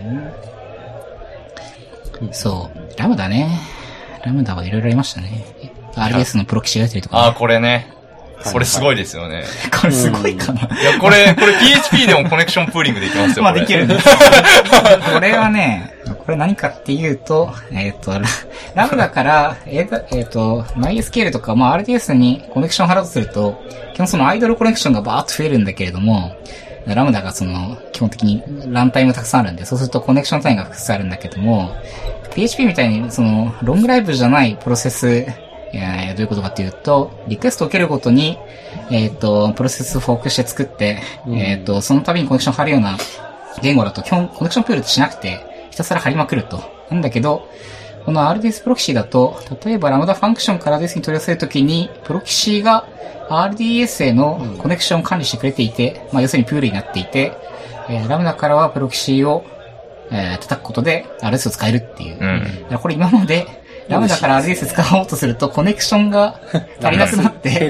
そう。ラムダね。ラムダはいろいろありましたね。RDS のプロキシがやったりとか、 ね。これね。これすごいですよね。 これすごいかな。 いや、これ PHP でもコネクションプーリングできますよ。 まあできるんです。これはね、これ何かっていうと、ラムダから、MySQL とか、RDS にコネクションを貼ろうとすると、基本そのアイドルコネクションがバーっと増えるんだけれども、ラムダが基本的にランタイムたくさんあるんで、そうするとコネクション単位が複数あるんだけども、PHP みたいにロングライブじゃないプロセス、どういうことかっていうと、リクエストを受けるごとに、プロセスフォークして作って、その度にコネクション貼るような言語だと基本コネクションプールってしなくて、ひたすら貼りまくると。なんだけど、この RDS プロキシだと、例えばラムダファンクションから RDS に取り寄せるときに、プロキシが RDS へのコネクションを管理してくれていて、要するにプールになっていて、ラムダからはプロキシを、叩くことで RDS を使えるっていう。これ今まで、ラムダから RDS 使おうとするとコネクションが足りなくなって、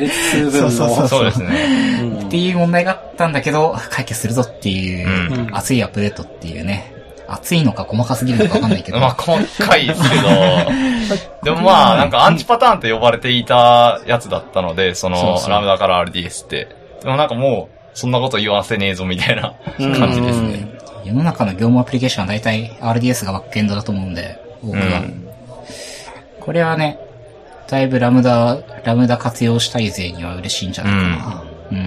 そうですね。 っていう問題があったんだけど、解決するぞっていう、熱いアップデートっていうね。熱いのか細かすぎるのかわかんないけど。 細かいですけど、でもなんかアンチパターンと呼ばれていたやつだったので、ラムダから RDS って。でもなんかもう、そんなこと言わせねえぞみたいな感じですね。 世の中の業務アプリケーションは大体 RDS がバックエンドだと思うんで、僕は。これはね、だいぶラムダ活用したい勢には嬉しいんじゃないかな。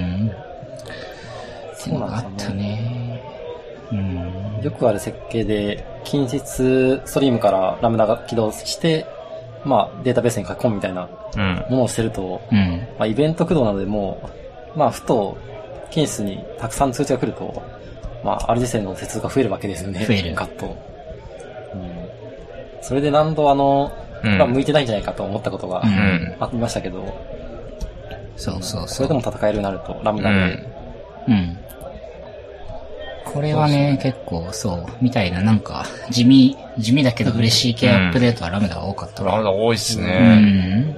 そういうのがあったね。 よくある設計で、近日ストリームからラムダが起動して、データベースに書き込むみたいなものをしてると、イベント駆動なのでもう、ふと、近日にたくさん通知が来ると、RDS の接続が増えるわけですよね。 増える。 ガッと。それで何度向いてないんじゃないかと思ったことがありましたけど、 そう。 それでも戦えるようになると、ラムダで。 これはね、結構みたいななんか、地味だけど嬉しい系アップデートはラムダが多かった。 ラムダ多いっすね。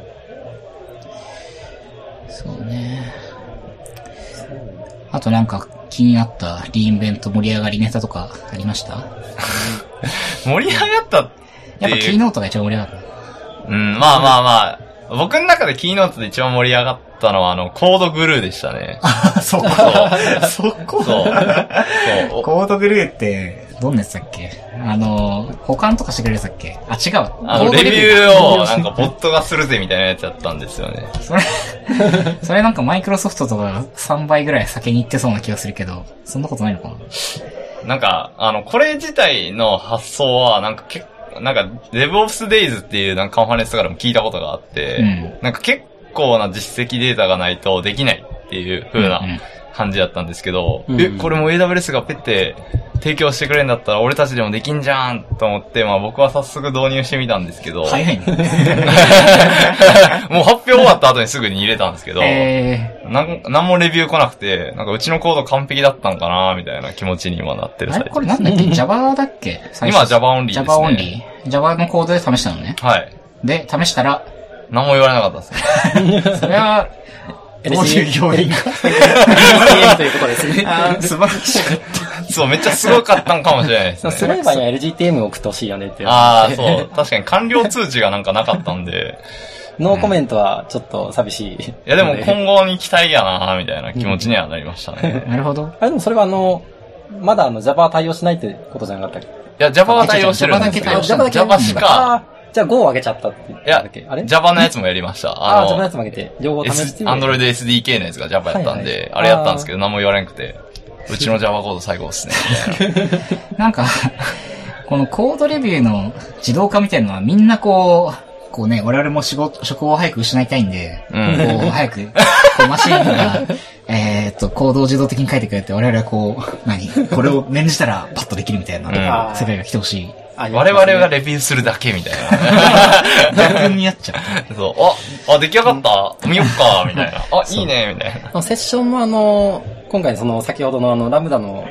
そうね。あとなんか気になったリインベント盛り上がりネタとかありました？ 盛り上がったってやっぱキーノートが一番盛り上がった。 僕の中でキーノートで一番盛り上がったのはコードグルーでしたね。 そこ。コードグルーって、 どんなやつだっけ保管とかしてくれるやつだっけ違う。 レビューをなんかボットがするぜみたいなやつやったんですよね。 それなんかマイクロソフトとか3倍ぐらい先に行ってそうな気がするけど、そんなことないのかな？ なんか、これ自体の発想は、なんかDevOps Days っていうなんかカンファレンスとかでも聞いたことがあって、なんか結構な実績データがないとできないっていう風な感じだったんですけど、これも AWS がペッて提供してくれるんだったら俺たちでもできんじゃんと思って、まあ僕は早速導入してみたんですけど、 早いね。 もう発表終わった後にすぐに入れたんですけど、なんもレビュー来なくて、なんかうちのコード完璧だったんかなみたいな気持ちに今なってる最中。 これなんだっけ ?Java だっけ？ 今は Java オンリーですね。 Java オンリー ?Java のコードで試したのね。 はい。 で、試したら何も言われなかったですね。 それは、どういう要因か。 ということですね。 素晴らしかった。 そう、めっちゃすごかったんかもしれないですね。 それ以外には LGTM 送ってほしいよねって。 そう。確かに完了通知がなんかなかったんで。 ノーコメントはちょっと寂しい。 いやでも今後に期待やなみたいな気持ちにはなりましたね。 なるほど。 でもそれはまだJava 対応しないってことじゃなかったっけ？いや、Java は対応してるんですけど、Java しか。 じゃあ Go を上げちゃったって言ったっけ？ いや、Java のやつもやりました。 Java のやつも上げて、両方試して。 Android SDK のやつが Java やったんで、あれやったんですけど何も言われなくて、うちの Java コード最高ですね。 なんか、このコードレビューの自動化みたいなのはみんなこうね、我々も職を早く失いたいんで、早く、マシンが、コードを自動的に書いてくれて、我々はこれを念じたらパッとできるみたいな、世界が来てほしい。 我々がレビューするだけみたいな。 逆にやっちゃう。 そう。出来上がった見よっかみたいな。いいねみたいな。 セッションも今回先ほどのラムダの、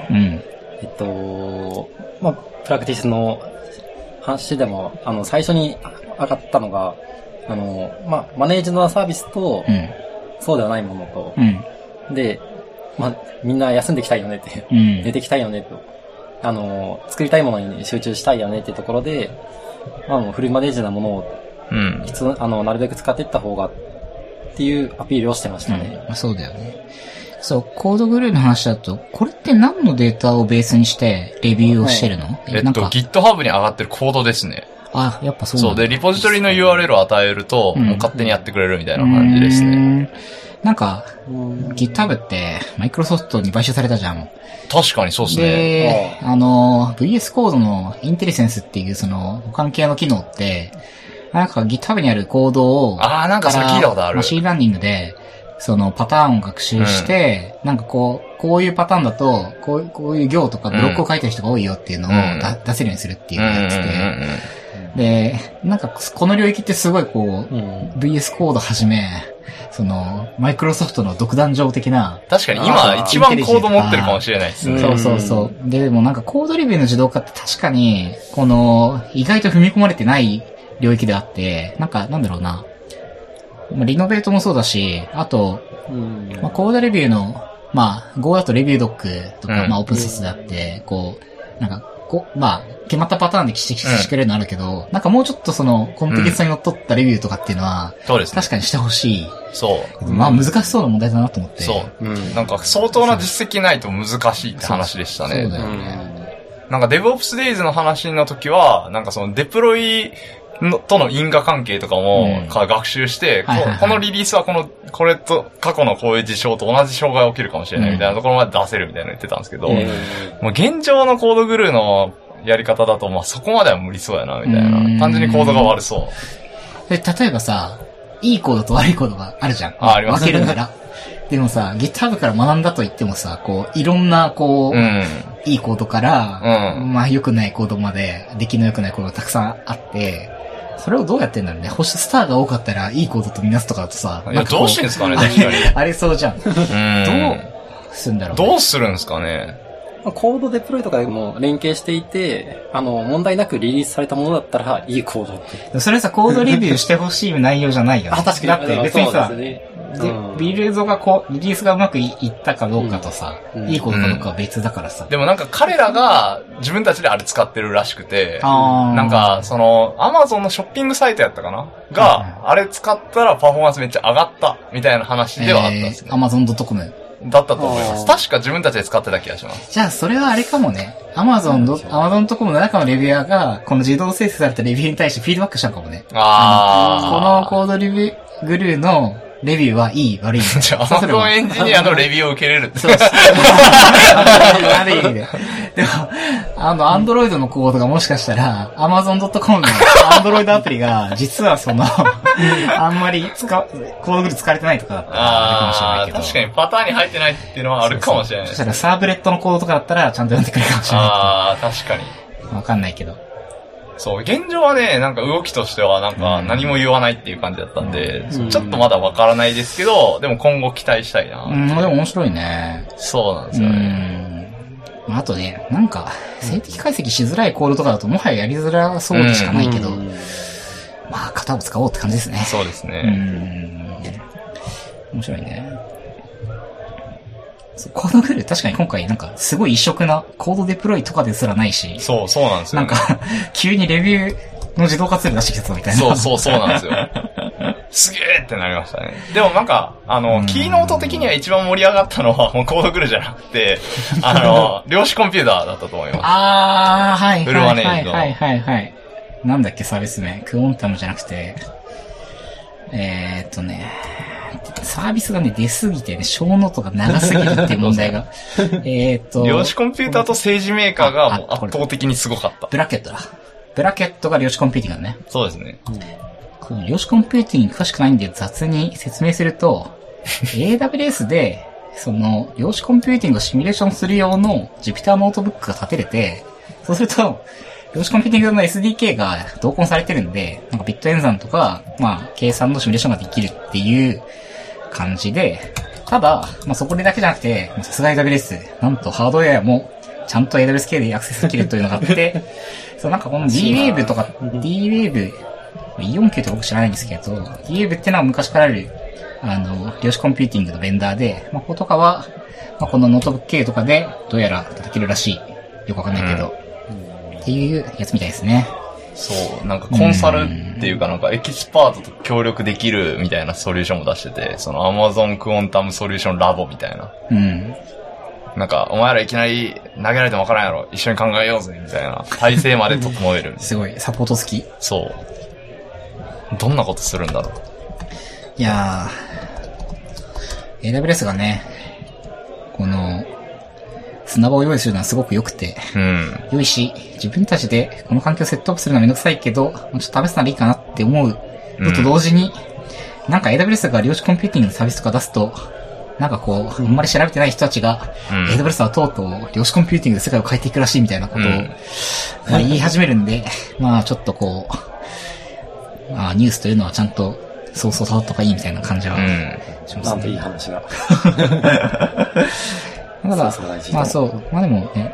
プラクティスの話でも、最初に上がったのが、マネージドなサービスと、そうではないものと、で、みんな休んでいきたいよねって、寝ていきたいよねと、作りたいものに集中したいよねっていうところで、もうフルマネージなものを、なるべく使っていった方がっていうアピールをしてましたね。 そうだよね。そう、コードグルーの話だと、これって何のデータをベースにしてレビューをしてるの ？GitHub に上がってるコードですね。 やっぱそうなんだ。 そうで、リポジトリの URL を与えると、もう勝手にやってくれるみたいな感じですね。 なんか、GitHub ってマイクロソフトに買収されたじゃん。 確かにそうですね。 で、VS コードのインテリセンスっていう保管系の機能って、なんか GitHub にあるコードを、 なんかそれ聞いたことある。 マシンラーニングで、パターンを学習して、なんかこういうパターンだと、こういう行とかブロックを書いてる人が多いよっていうのを出せるようにするっていうやつで、で、なんかこの領域ってすごいVS コードはじめ、マイクロソフトの独壇場的な。 確かに今一番コード持ってるかもしれないですね。 そう。でもなんかコードレビューの自動化って確かに、意外と踏み込まれてない領域であって、なんだろうな。リノベートもそうだし、あと、コードレビューの、Go だとレビュードックとか、オープンソースであって、決まったパターンでしてくれるのあるけど、なんかもうちょっとコンテキストにのっとったレビューとかっていうのは、確かにしてほしい。 そう。 難しそうな問題だなと思って。 そう。なんか相当な実績ないと難しいって話でしたね。 そうだよね。 なんか DevOps Days の話の時は、なんかデプロイとの因果関係とかも学習して、このリリースはこれと過去のこういう事象と同じ障害が起きるかもしれないみたいなところまで出せるみたいなの言ってたんですけど、もう現状のコードグルーのやり方だと、そこまでは無理そうやな、みたいな。単純にコードが悪そう。 で、例えばさ、いいコードと悪いコードがあるじゃん。 あります分けるなら。でもさ、GitHub から学んだと言ってもさ、いろんな、いいコードから、良くないコードまで、出来の良くないコードがたくさんあって、それをどうやってんだろうね。スターが多かったらいいコードとみなすとかだとさ。 どうしてんすかね、確かに。 ありそうじゃん。どうすんだろうね。 どうするんすかね。 コードデプロイとかでも連携していて、問題なくリリースされたものだったらいいコードって。 それさ、コードレビューしてほしい内容じゃないよね。 確かに。 だって別にさ、ビルドがリリースがうまくいったかどうかとさ、いいコードかどうかは別だからさ。 でもなんか彼らが自分たちであれ使ってるらしくて、なんかAmazon のショッピングサイトやったかなが、あれ使ったらパフォーマンスめっちゃ上がったみたいな話ではあったんですね。 Amazon.com。 だったと思います。確か自分たちで使ってた気がします。 じゃあ、それはあれかもね。Amazon.com の中のレビュアーが、この自動生成されたレビューに対してフィードバックしたのかもね。このコードレビューグルーのレビューはいい、悪い。 じゃあ、Amazon エンジニアのレビューを受けれるって。 そうそう。悪い意味で。でも、Android のコードがもしかしたら、Amazon.com の Android アプリが、実はあんまりコードグルー使われてないとかだったらあるかもしれないけど。 確かにパターンに入ってないっていうのはあるかもしれない。 そしたらサーブレットのコードとかだったら、ちゃんと読んでくれるかもしれない。 確かに。 わかんないけど。 そう、現状はね、なんか動きとしてはなんか何も言わないっていう感じだったんで、ちょっとまだわからないですけど、でも今後期待したいな。 でも面白いね。 そうなんですよね。 あとね、なんか、静的解析しづらいコードとかだともはややりづらそうでしかないけど、まあ、型を使おうって感じですね。 そうですね。 面白いね。コードグルー確かに今回なんかすごい異色なコードデプロイとかですらないし。 そうなんですよ、 ね。なんか、急にレビューの自動化ツール出してきたみたいな。 そうなんですよ。すげーってなりましたね。でもなんか、キーノート的には一番盛り上がったのはもうコードグルーじゃなくて、量子コンピューターだったと思います。 はい。 フルマネージの。 はい。なんだっけサービス名。クオンタムじゃなくて、サービスがね、出すぎてね、小ノートが長すぎるっていう問題が。 量子コンピューターと政治メーカーがもう圧倒的にすごかった。 ブラケットだ。ブラケットが量子コンピューティングだね。 そうですね。 この量子コンピューティングに詳しくないんで雑に説明すると、AWS で、量子コンピューティングをシミュレーションする用の Jupyter ノートブックが立てれて、そうすると、量子コンピューティングの SDK が同梱されてるんで、なんかビット演算とか、まあ、計算のシミュレーションができるっていう感じで、ただ、まあそこでだけじゃなくて、さすが AWS、なんとハードウェアもちゃんと AWS 系でアクセスできるというのがあって、そうなんかこの D-Wave とか、D-Wave、E4Q って僕知らないんですけど、D-Wave ってのは昔からある、量子コンピューティングのベンダーで、まあこことかは、まあこのノートブック系とかでどうやら叩けるらしい。よくわかんないけど、っていうやつみたいですね。 そう、なんかコンサルっていうかなんかエキスパートと協力できるみたいなソリューションも出してて、その Amazon クオンタムソリューションラボみたいな。なんか、お前らいきなり投げられてもわからんやろ、一緒に考えようぜ、みたいな体制まで整える。 すごい、サポート好き。 そう。どんなことするんだろう。 いやー、AWS がね、この、砂場を用意するのはすごく良くて、良いし、自分たちでこの環境をセットアップするのはめんどくさいけど、ちょっと試すならいいかなって思うのと同時に、なんか AWS が量子コンピューティングのサービスとか出すと、なんかこう、あんまり調べてない人たちが、AWS はとうとう量子コンピューティングで世界を変えていくらしいみたいなことを、まあ、言い始めるんで、まあちょっとこう、まあニュースというのはちゃんと、そうそうたった方がいいみたいな感じはしますね。 なんといい話が。 だから、まあそう、まあでもね、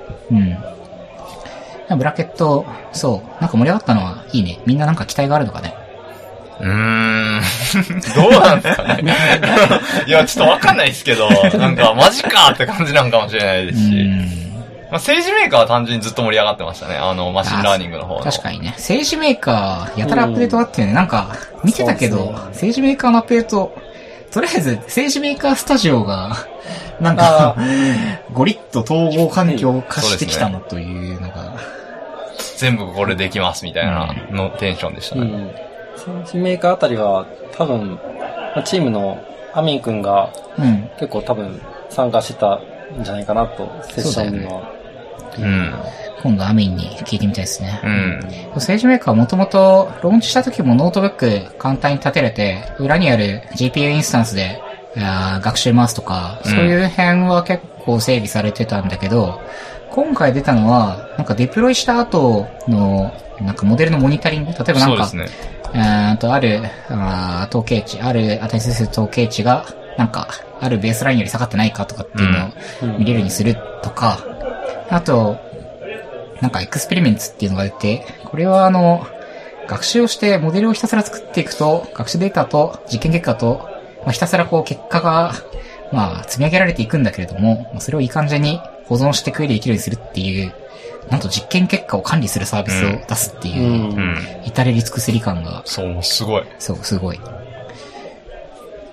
ブラケット、そう、なんか盛り上がったのはいいね。みんななんか期待があるのかね。 どうなんですかね。いや、ちょっとわかんないですけど、なんかマジかって感じなんかもしれないですし。まあ、政治メーカーは単純にずっと盛り上がってましたね。マシンラーニングの方の。 確かにね。政治メーカー、やたらアップデートあってね、なんか、見てたけど、政治メーカーのアップデート、とりあえず、政治メーカースタジオが、なんか、ゴリッと統合環境化してきたのというのが。 全部これできますみたいなのテンションでしたね。 政治メーカーあたりは、多分、チームのアミン君が、結構多分参加してたんじゃないかなと、セッションには。 今度アミンに聞いてみたいですね。政治メーカーはもともとローンチした時もノートブック簡単に立てれて、裏にある GPU インスタンスで学習回すとか、そういう辺は結構整備されてたんだけど、今回出たのは、なんかデプロイした後の、なんかモデルのモニタリング、例えばなんか、ある統計値、ある値数する統計値が、なんか、あるベースラインより下がってないかとかっていうのを見れるようにするとか、あと、なんかエクスペリメンツっていうのが出て、これは学習をしてモデルをひたすら作っていくと、学習データと実験結果と、まあ、ひたすらこう結果が、まあ、積み上げられていくんだけれども、それをいい感じに保存してクエリできるようにするっていう、なんと実験結果を管理するサービスを出すっていう、至れり尽くせり感が。 そう、すごい。 そう、すごい。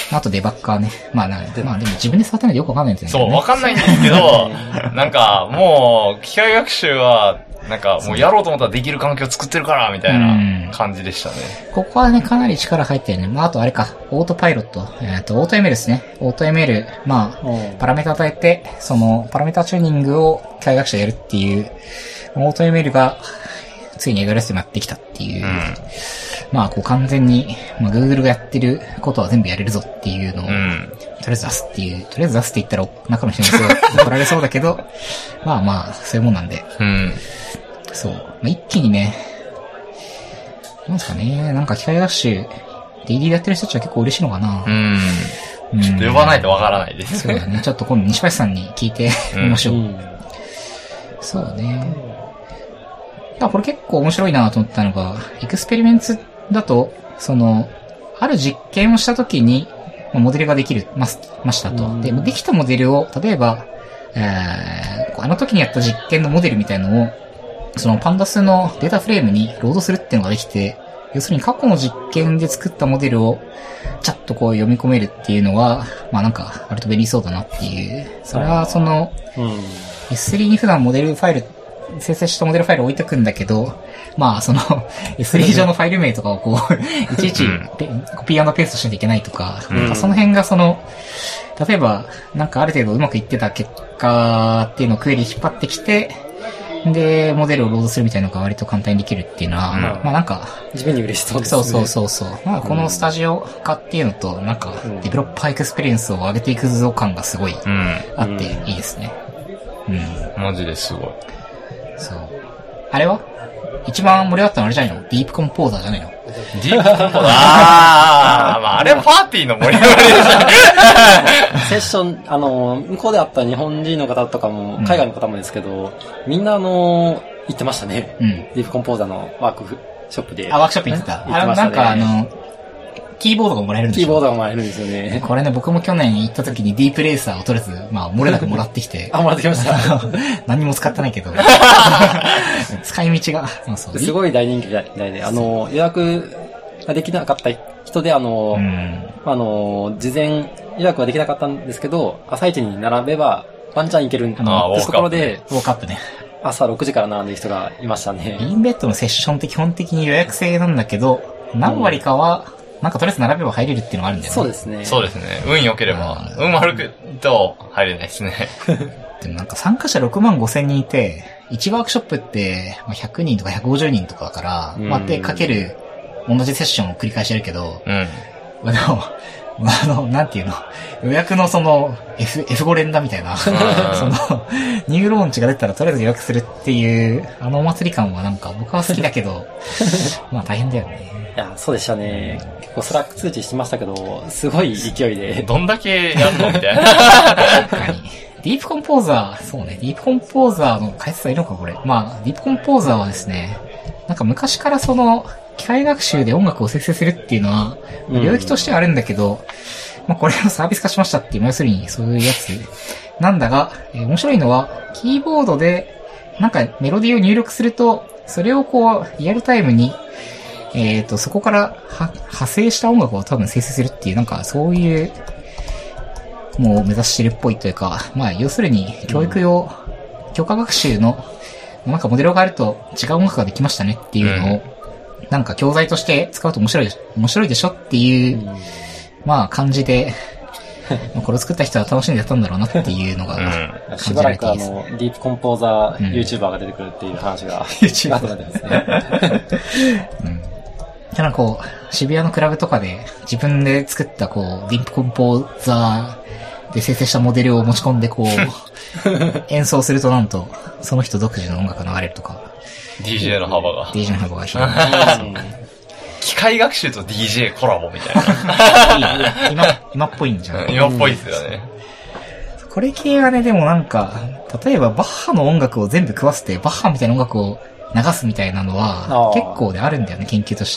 あとデバッカーね。まあでも自分で触ってないとよくわかんないんですよね。 そう、わかんないんですけど、なんかもう、機械学習は、なんかもうやろうと思ったらできる環境を作ってるから、みたいな感じでしたね。 ここはね、かなり力入ってるね。まああとあれか、オートパイロット。オート ML ですね。オート ML、まあ、パラメータ与えて、その、パラメータチューニングを機械学習でやるっていう、オート ML が、ついに AWS でもやってきたっていう、まあこう完全に、まあ Google がやってることは全部やれるぞっていうのを、とりあえず出すっていう、とりあえず出すって言ったら中の人にすごい怒られそうだけど、まあ、そういうもんなんで。そう。まあ、一気にね、なんですかね、なんか機械学習、DD でやってる人たちは結構嬉しいのかな。 ちょっと呼ばないとわからないです。 そうだね。ちょっと今度西橋さんに聞いてみましょう。そうね。これ結構面白いなと思ったのが、エクスペリメンツだと、その、ある実験をしたときに、モデルができましたと。で、できたモデルを、例えば、あの時にやった実験のモデルみたいのを、そのパンダスのデータフレームにロードするっていうのができて、要するに過去の実験で作ったモデルを、ちゃっとこう読み込めるっていうのは、まあなんか、割と便利そうだなっていう。それはその、S3 に普段モデルファイル、生成したモデルファイルを置いとくんだけど、まあその S3 上のファイル名とかをこう、いちいちコピー&ペーストしないといけないとか、その辺がその、例えばなんかある程度うまくいってた結果っていうのをクエリ引っ張ってきて、で、モデルをロードするみたいなのが割と簡単にできるっていうのは、まあなんか、 自分に嬉しそうですね。 そう。まあこのスタジオ化っていうのと、なんか、デベロッパーエクスペリエンスを上げていくぞ感がすごいあっていいですね。 マジですごい。 そう。あれは一番盛り上がったのあれじゃないの？ディープコンポーザーじゃないの？ ディープコンポーザーまああれはパーティーの盛り上がりでしたセッション、向こうであった日本人の方とかも、海外の方もですけど、みんな言ってましたね。ディープコンポーザーのワークショップで。 ワークショップ行ってた。なんかキーボードがもらえるんですよ。 キーボードがもらえるんですよね。 これね、僕も去年行った時にディープレーサーをとりあえず、まあ、漏れなくもらってきて。 もらってきました。 何も使ってないけど。使い道が。 すごい大人気で、予約ができなかった人で、事前予約はできなかったんですけど、朝一に並べば、ワンチャン行けるってところで、 ウォークアップね。 朝6時から並んでる人がいましたね。 インベッドのセッションって基本的に予約制なんだけど、何割かは、なんかとりあえず並べば入れるっていうのがあるんだよね。 そうですね。 そうですね。運良ければ、運悪くと入れないですね。 でもなんか参加者65,000人いて、1ワークショップって100人とか150人とかだから、まあ、で、かける同じセッションを繰り返してるけど、でも、なんていうの、予約のその、F5 連打みたいな、その、ニューローンチが出たらとりあえず予約するっていう、お祭り感はなんか僕は好きだけど、まあ大変だよね。 いや、そうでしたね。結構スラック通知してましたけど、すごい勢いで。 どんだけやんのみたいな。 確かに。ディープコンポーザー、そうね、ディープコンポーザーの解説はいるのかこれ。まあ、ディープコンポーザーはですね、なんか昔からその、機械学習で音楽を生成するっていうのは、領域としてはあるんだけど、まあこれをサービス化しましたっていう、要するにそういうやつなんだが、面白いのは、キーボードで、なんかメロディーを入力すると、それをこう、リアルタイムに、そこから派生した音楽を多分生成するっていう、なんかそういう、もう目指してるっぽいというか、まあ要するに教育用、教科学習の、なんかモデルがあると違う音楽ができましたねっていうのを、なんか教材として使うと面白いでしょっていう、まあ感じで、これを作った人は楽しんでやったんだろうなっていうのがしばらくディープコンポーザー YouTuber が出てくるっていう話が、 YouTuber になってますね。ただこう、渋谷のクラブとかで自分で作ったこう、ディープコンポーザーで生成したモデルを持ち込んでこう、演奏するとなんと、その人独自の音楽が流れるとか。 DJ の幅が。 DJ の幅が広い。 機械学習と DJ コラボみたいな。今っぽいんじゃん。 今っぽいですよね。 これ系はね、でもなんか、例えばバッハの音楽を全部食わせて、バッハみたいな音楽を流すみたいなのは、結構であるんだよね、研究として。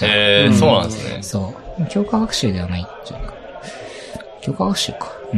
そうなんですね。 そう。教科学習ではないっていうか。教科学習か。はい。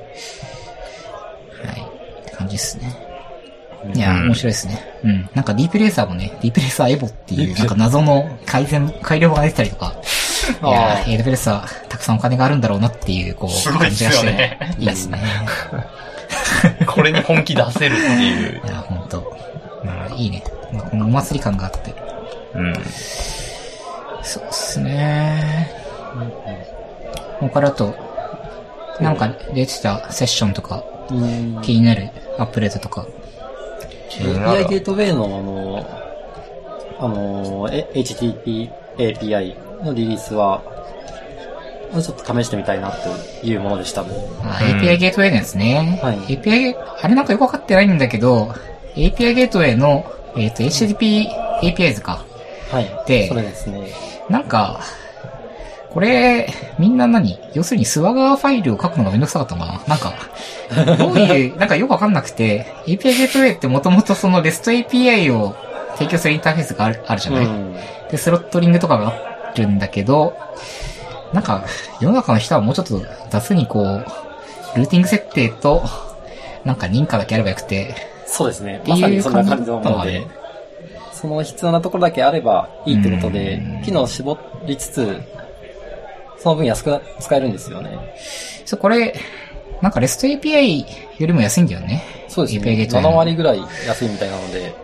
って感じですね。いや、面白いですね。なんかディープレーサーもね、ディープレーサーエボっていう、なんか謎の改良が出てたりとか、 いやー、AWS はたくさんお金があるんだろうなっていう、こう、感じがして、いいですね。 これに本気出せるっていう。 いや、ほんと。まあ、いいね。まあ、このお祭り感があって。 うん。 そうっすね。他だと、なんか出てたセッションとか、気になるアップデートとか。 API ゲートウェイのHTTP API のリリースは、ちょっと試してみたいなというものでしたね。 API ゲートウェイのやつね。はい。API、あれなんかよくわかってないんだけど、API ゲートウェイの、HTTP APIs か。 はい。で、それですね。 なんか、これ、みんな要するにスワガーファイルを書くのがめんどくさかったのかななんか、どういう、なんかよくわかんなくて、API ゲートウェイってもともとその REST API を提供するインターフェースがあるじゃない、で、スロットリングとかがあるんだけど、なんか、世の中の人はもうちょっと雑にこう、ルーティング設定と、なんか認可だけあればよくて。 そうですね。まさにそんな感じのもので、その必要なところだけあればいいってことで、機能を絞りつつ、その分安く使えるんですよね。 そう、これ、なんか REST API よりも安いんだよね。 そうですね。API ゲート7割ぐらい安いみたいなので。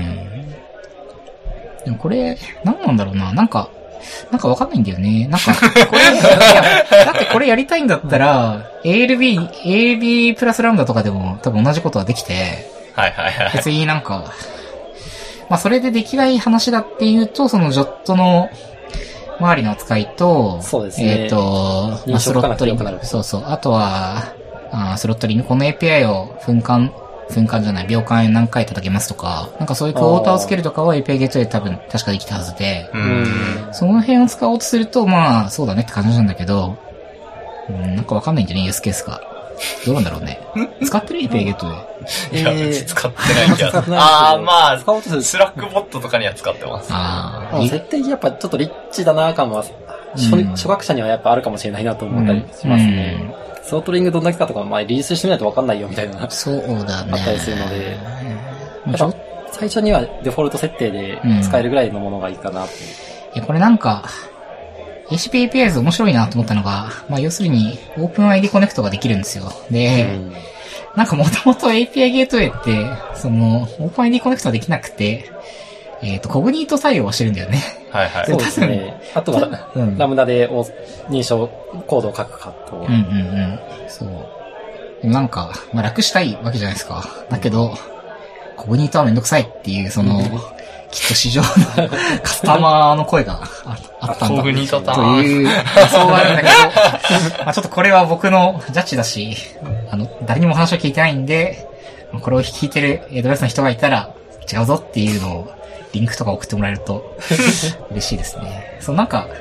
でもこれ、何なんだろうな。なんかわかんないんだよね。なんか、これ、だってこれやりたいんだったら、ALB プラスラムダとかでも多分同じことはできて、 はいはいはい。 別になんか、まあそれでできない話だっていうと、その JOT の周りの扱いと、 そうですね。 まあ、スロットリング。そうそう。あとは、スロットリング、この API を秒間何回叩けますとか、なんかそういうクォーターをつけるとかは API ゲートで多分確かできたはずで、その辺を使おうとすると、まあ、そうだねって感じなんだけど、なんかわかんないんじゃねユースケースが。どうなんだろうね。使ってる API ゲートで。いや、うち使ってないけど。まあ、スラックボットとかには使ってます。 設定やっぱちょっとリッチだな感は、初学者にはやっぱあるかもしれないなと思ったりしますね。スロットリングどんだけかとか、まあリリースしてみないと分かんないよみたいな。 そうだね。 あったりするので。最初にはデフォルト設定で使えるぐらいのものがいいかなって。 いや、これなんか、HTTP APIs 面白いなと思ったのが、まあ要するに OpenID コネクトができるんですよ。で、なんかもともと API ゲートウェイって、その OpenID コネクトができなくて、コグニート対応をしてるんだよね。 はいはい。 そうですね。あとは、ラムダで認証コードを書くかと。 そう。でもなんか、まあ楽したいわけじゃないですか。だけど、コグニートはめんどくさいっていう、その、きっと市場のカスタマーの声があったんだコグニートという予想があるんだけど、まあちょっとこれは僕のジャッジだし、誰にも話を聞いてないんで、これを聞いてる AWS の人がいたら違うぞっていうのをリンクとか送ってもらえると嬉しいですね。そうなんか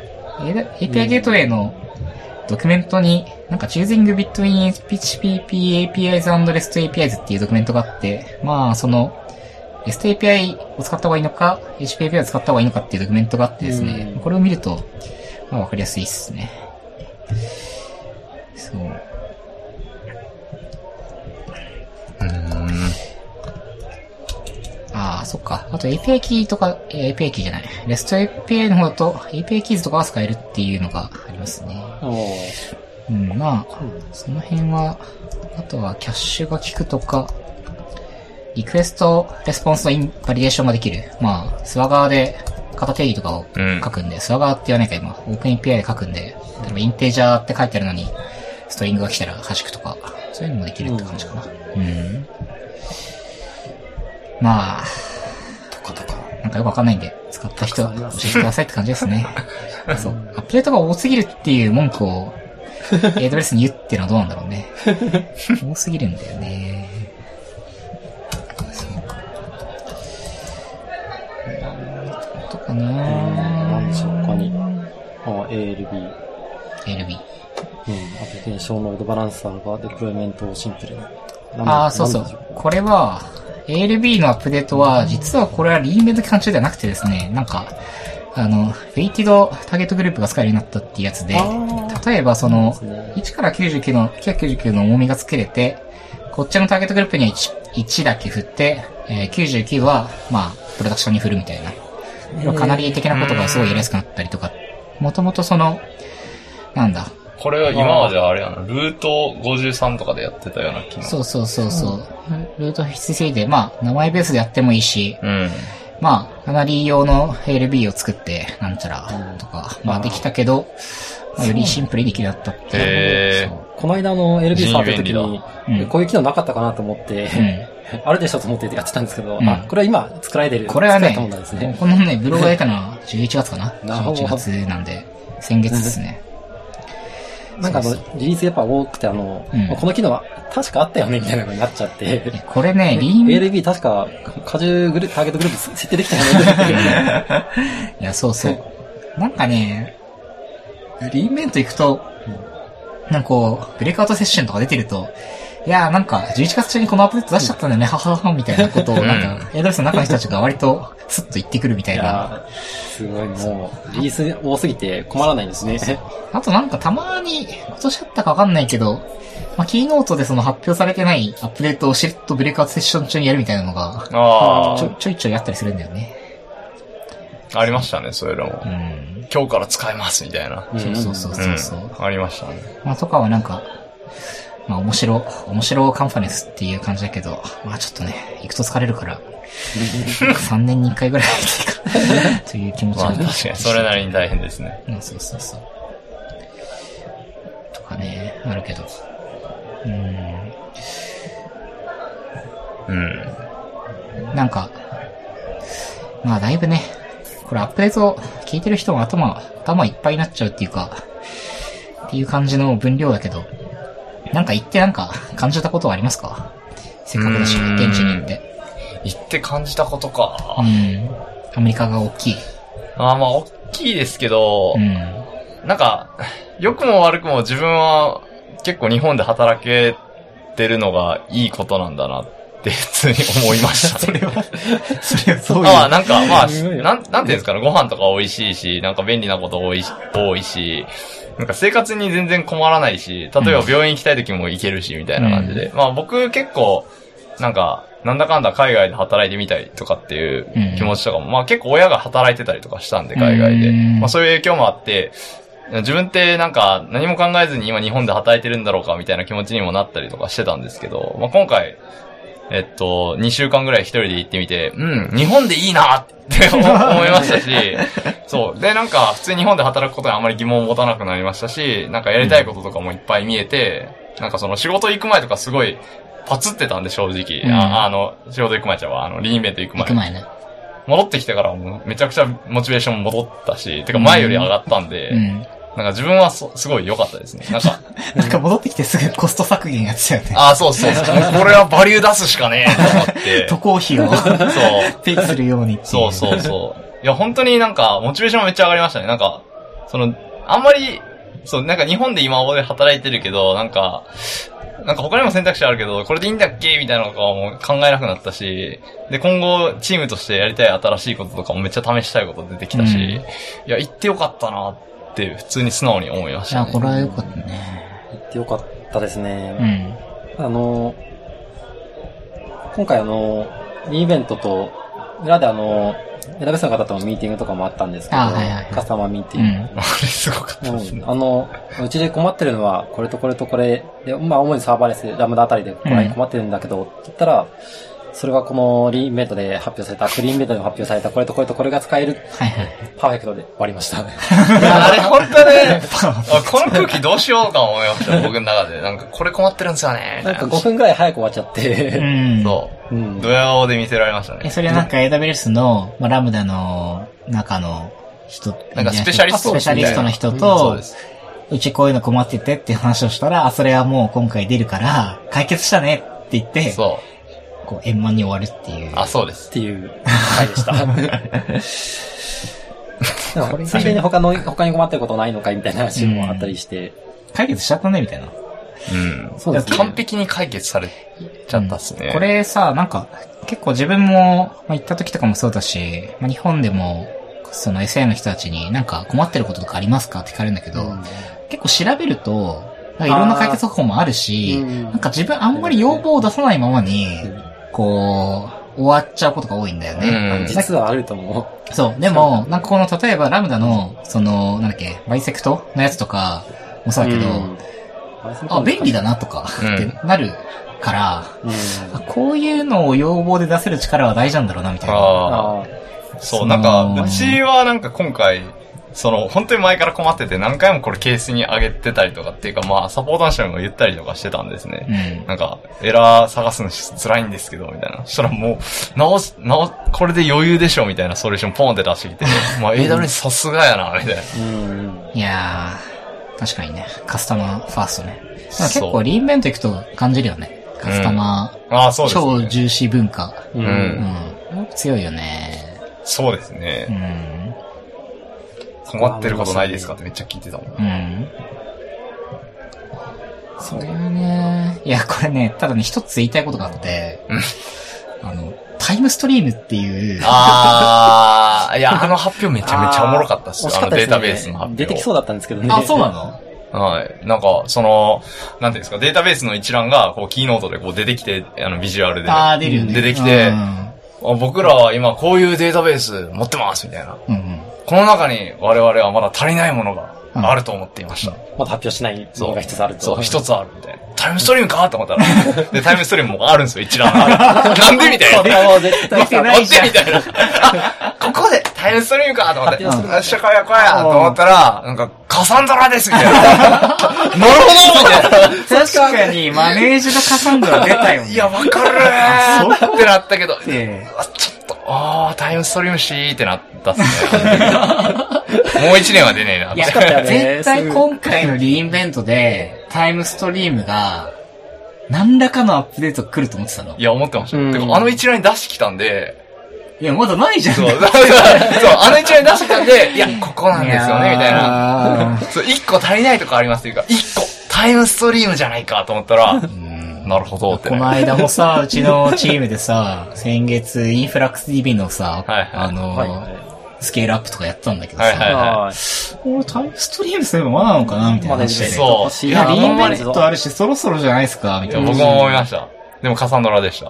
API ゲートウェイのドキュメントになんか Choosing Between HTTP APIs and REST APIs っていうドキュメントがあって、まあそのREST API を使った方がいいのか、HTTP API を使った方がいいのかっていうドキュメントがあってですね、これを見ると、まあわかりやすいですね。そう。そっか。あと API キーとか、API キーじゃない。REST API の方だと API キーズとかは使えるっていうのがありますね。まあ、その辺は、あとはキャッシュが効くとか、リクエスト、レスポンスのバリデーションができる。まあ、スワガーで型定義とかを書くんで、スワガーって言わないか今、OpenAPI で書くんで、例えばインテージャーって書いてあるのに、ストリングが来たら弾くとか、そういうのもできるって感じかな。まあ、なんかよくわかんないんで、使った人は教えてくださいって感じですね。そう。アップデートが多すぎるっていう文句を AWS に言うっていうのはどうなんだろうね。多すぎるんだよね。そう。とかななんでしょう、他に。ALB。 アプリケーションノードバランサーがデプロイメントをシンプルに。 そうそう。これは、ALB のアップデートは、実はこれはリーンベント期間中ではなくてですね、なんか、ウェイティドターゲットグループが使えるようになったっていうやつで、例えばその、1から999の重みが作れて、こっちのターゲットグループには 1だけ振って、99は、まあ、プロダクションに振るみたいな。かなり的なことがすごいやりやすくなったりとかっもともとなんだ。 これは今まであれやな、ルート53とかでやってたような気が。 そう。ルート53で、まあ、名前ベースでやってもいいし、まあ、アナリー用の LB を作って、なんちゃらとか、まあできたけど、まあ、よりシンプルにできるようになったっていう。 この間LB 触った時に、こういう機能なかったかなと思って、あるでしょと思ってやってたんですけど、これは今作られてる。 これはね、このね、ブログが出たのは11月かな ?11 月なんで、先月ですね。 なんかリリースやっぱ多くてこの機能は確かあったよねみたいなのになっちゃって。 これね、 ALB 確かターゲットグループ設定できたよね。 いや、そう。なんかね、リーンベント行くと、なんかこう、ブレイクアウトセッションとか出てると、いやーなんか、11月中にこのアップデート出しちゃったんだよね、はははみたいなことを、なんか、AWS の中の人たちが割とスッと言ってくるみたいな。 すごいもう、リリース多すぎて困らないんですね。 あとなんかたまに、今年あったかわかんないけど、まあ、キーノートでその発表されてないアップデートをしれっとブレイクアウトセッション中にやるみたいなのが、ちょいちょいあったりするんだよね。 ありましたね、そういうのも。今日から使えますみたいな。 そう。 ありましたね。 まあとかはなんか、まあ面白カンファレンスっていう感じだけど、まあちょっとね、行くと疲れるから、3年に1回ぐらいでいいかという気持ちが。 まあ確かに、それなりに大変ですね。 そう。とかね、あるけど。なんか、まあだいぶね、これアップデート聞いてる人も頭いっぱいになっちゃうっていうか、っていう感じの分量だけど、なんか行ってなんか感じたことはありますか？せっかくだし、現地に行って。 行って感じたことか。 アメリカが大きい。 まあ大きいですけど、なんか、良くも悪くも自分は結構日本で働けてるのがいいことなんだなって普通に思いました、ね。 それはそういう。 なんかまあ、なんていうんですかね、ご飯とか美味しいし、なんか便利なこと多いし、なんか生活に全然困らないし、例えば病院行きたい時も行けるし、みたいな感じで。まあ僕結構、なんか、なんだかんだ海外で働いてみたいとかっていう気持ちとかも、まあ結構親が働いてたりとかしたんで、海外で。まあそういう影響もあって、自分ってなんか何も考えずに今日本で働いてるんだろうかみたいな気持ちにもなったりとかしてたんですけど、まあ今回、2週間ぐらい一人で行ってみて、日本でいいなって思いましたし、そう。で、なんか普通に日本で働くことにあまり疑問を持たなくなりましたし、なんかやりたいこととかもいっぱい見えて、なんかその仕事行く前とかすごいパツってたんで正直。仕事行く前リーンベント行く前。 行く前ね。 戻ってきてからもめちゃくちゃモチベーション戻ったし、てか前より上がったんで、なんか自分はすごい良かったですね。 なんか戻ってきてすぐコスト削減やってたよね。 そう。これはバリュー出すしかねえと思って。 渡航費をペイするようにっていう。 そう。いや、本当になんか、モチベーションめっちゃ上がりましたね。なんか、あんまり、なんか日本で今まで働いてるけど、なんか他にも選択肢あるけど、これでいいんだっけみたいなのとかも考えなくなったし、で、今後、チームとしてやりたい新しいこととかもめっちゃ試したいこと出てきたし、いや、行ってよかったなって普通に素直に思いましたね。 いや、これはよかったね。 行ってよかったですね。今回リーイベントと、裏でAWSの方とのミーティングとかもあったんですけど、カスタマーミーティング。 あれすごかったですね。 うちで困ってるのは、これとこれとこれ、で、まあ主にサーバーレス、ラムダあたりでこれに困ってるんだけど、って言ったら、それがこのリーンベントで発表された、クリーンベントで発表された、これとこれとこれが使える。パーフェクトで終わりました。 あれ本当ね、この空気どうしようか思いました、僕の中で。なんかこれ困ってるんですよね。 なんか5分くらい早く終わっちゃって。 そう。ドヤ顔で見せられましたね。 それはなんか AWS の、まあ、ラムダの中の人、 なんかスペシャリストの人と、うちこういうの困っててっていう話をしたら、それはもう今回出るから、解決したねって言って、こう円満に終わるっていう。 そうです。 っていう回でした。ついでに他に困ってることないのかみたいな話もあったりして。 解決しちゃったねみたいな。 そうですね。完璧に解決されちゃったっすね。 これさ、なんか、結構自分も、まあ、行った時とかもそうだし、まあ、日本でも、その SA の人たちになんか困ってることとかありますかって聞かれるんだけど、結構調べると、いろんな解決方法もあるし、なんか自分あんまり要望を出さないままに、こう、 終わっちゃうことが多いんだよね。 実はあると思う。そう。でも、なんかこの、例えばラムダの、なんだっけ、バイセクトのやつとかもそうだけど、便利だなとか、ってなるから、こういうのを要望で出せる力は大事なんだろうな、みたいな。 そう、なんか、うちはなんか今回、本当に前から困ってて何回もこれケースに上げてたりとかっていうか、まあ、サポートの人にも言ったりとかしてたんですね。なんか、エラー探すの辛いんですけど、みたいな。そしたらもう、これで余裕でしょ、みたいなソリューションポンって出してきて、まあ、AWS さすがやな、みたいな。 いやー、確かにね、カスタマーファーストね。結構リインベント行くと感じるよね。カスタマー、超重視文化。強いよね。 そうですね。困ってることないですかってめっちゃ聞いてたもん。 それはね、いや、これね、ただね、一つ言いたいことがあって、タイムストリームっていう。 いや、発表めちゃめちゃおもろかったっすよ。データベースの発表。 出てきそうだったんですけどね。 そうなの？ はい。なんか、なんていうんですか、データベースの一覧が、キーノートで出てきて、ビジュアルで。 出るよね。 出てきて、僕らは今こういうデータベース持ってます、みたいな。この中に我々はまだ足りないものがあると思っていました。 まだ発表しないものが一つあると。 そう、一つあるみたいな。タイムストリームかと思ったら。で、タイムストリームもあるんですよ、一覧。なんでみたいな。 もう絶対持ってみたいな。ここでタイムストリームかと思って。よっしゃ、こやこやと思ったら、なんか、カサンドラですみたいな。なるほどみたいな。 確かに、マネージのカサンドラ出たよね。 いや、わかるーってなったけど、ちょっと、タイムストリームしーってなったっすね。もう一年は出ねえな。 いや、絶対今回のリインベントで、タイムストリームが、何らかのアップデート来ると思ってたの。 いや、思ってました。てか、一覧に出してきたんで、 いや、まだないじゃん。 そう、一覧に出してきたんで、いや、ここなんですよね、みたいな。そう、一個足りないとこありますっていうか、一個、タイムストリームじゃないかと思ったら、なるほどって、 この間もさ、うちのチームでさ、先月、インフラックス DB のさ、スケールアップとかやったんだけどさ、タイムストリームすればまだなのかなみたいな話で。 そう。 いや、リインベントあるし、そろそろじゃないですかみたいな。 僕も思いました。でも、カサンドラでした。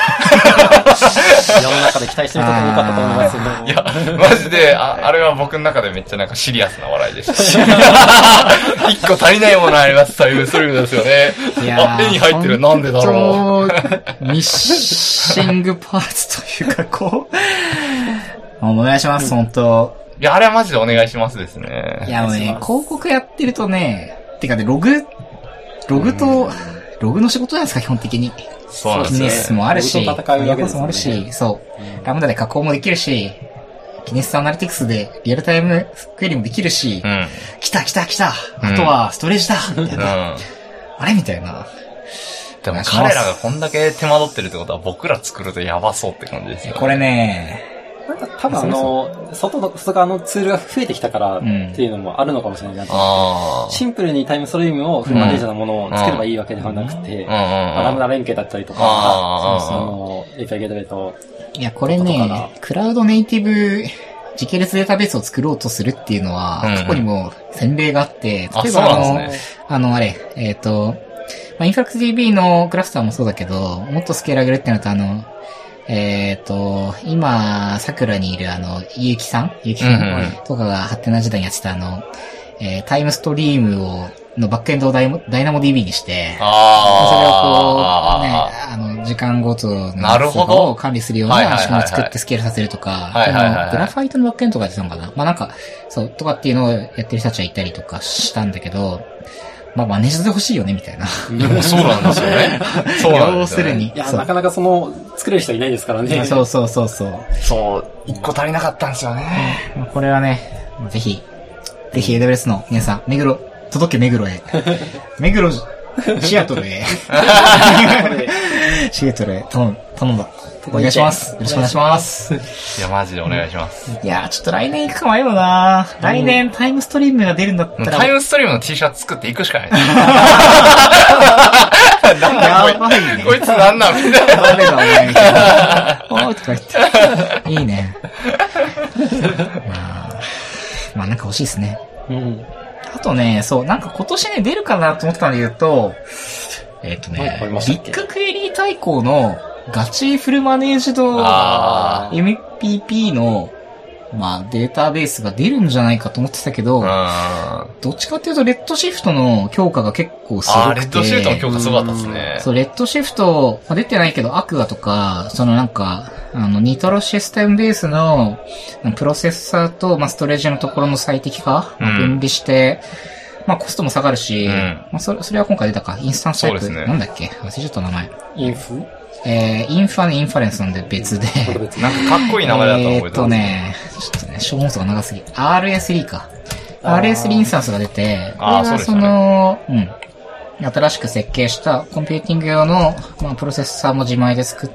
世の中で期待してることも多かったと思いますけど。 いや、マジで、あれは僕の中でめっちゃなんかシリアスな笑いでした。一個足りないものあります、タイムストリームですよね。いや絵に入ってる、なんでだろう。 ミッシングパーツというか、お願いします、本当。 いや、あれはマジでお願いしますですね。 いや、もうね、広告やってるとね、てかね、ログの仕事じゃないですか、基本的に。 そうなんですね。 キネシスもあるし、ファイアフォースもあるし、そう。ラムダで加工もできるし、キネシスアナリティクスでリアルタイムクエリもできるし、来た。あとはストレージだみたいな。あれみたいな。 でも彼らがこんだけ手間取ってるってことは僕ら作るとやばそうって感じですよね。 これね、 なんか多分外側のツールが増えてきたからっていうのもあるのかもしれないなと。シンプルにタイムストリームをフルマネージャーのものを作ればいいわけではなくて、ラムダ連携だったりとか、API ゲートウェイと。 いや、これね、クラウドネイティブ時系列データベースを作ろうとするっていうのは、過去にも先例があって、例えばインフラックス DB のクラスターもそうだけど、もっとスケール上げるってなると今、桜にいるゆうきさんとかがハテナ時代にやってたタイムストリームのバックエンドをダイナモ DB にして、それを時間ごとのを管理するような仕組みを作ってスケールさせるとか、グラファイトのバックエンドとかやってたのかな？まあなんか、そう、とかっていうのをやってる人たちはいたりとかしたんだけど、まあマネージャーで欲しいよね、みたいな。 そうなんですよね。そうなんですよね。 いや、なかなか作れる人いないですからね。 そう。 そう、一個足りなかったんですよね。 これはね、ぜひ AWS の皆さん、届け目黒へ。目黒、シアトルへ。シアトルへ、頼んだ。お願いします。よろしくお願いします。 いや、マジでお願いします。 いや、ちょっと来年行くか迷うな。来年タイムストリームが出るんだったら。 タイムストリームの T シャツ作っていくしかない。 やばいね。 こいつなんなんみたいな。 誰だお前みたいな。おーとか言って。いいね。まあなんか欲しいですね。あとね、そう、なんか今年ね、出るかなと思ったので言うと、ビッグクエリー対抗のガチフルマネージド MPP の、まあ、データベースが出るんじゃないかと思ってたけど、どっちかっていうと、レッドシフトの強化が結構すごくて。 レッドシフトの強化すごかったですね。 そう、レッドシフト、まあ、出てないけど、アクアとか、そのなんか、ニトロシステムベースの、プロセッサーと、まあ、ストレージのところの最適化、分離して、まあ、コストも下がるし、まあ、それは今回出たか、インスタンスタイプ。そうですね。なんだっけ忘れちゃった名前。 インフはね、インファレンスなんで別で。 なんかかっこいい名前だったの覚えてます。 ちょっとね、小文字が長すぎ。RS3 か。RS3 インスタンスが出て、これがその、新しく設計したコンピューティング用の、まあ、プロセッサーも自前で作って、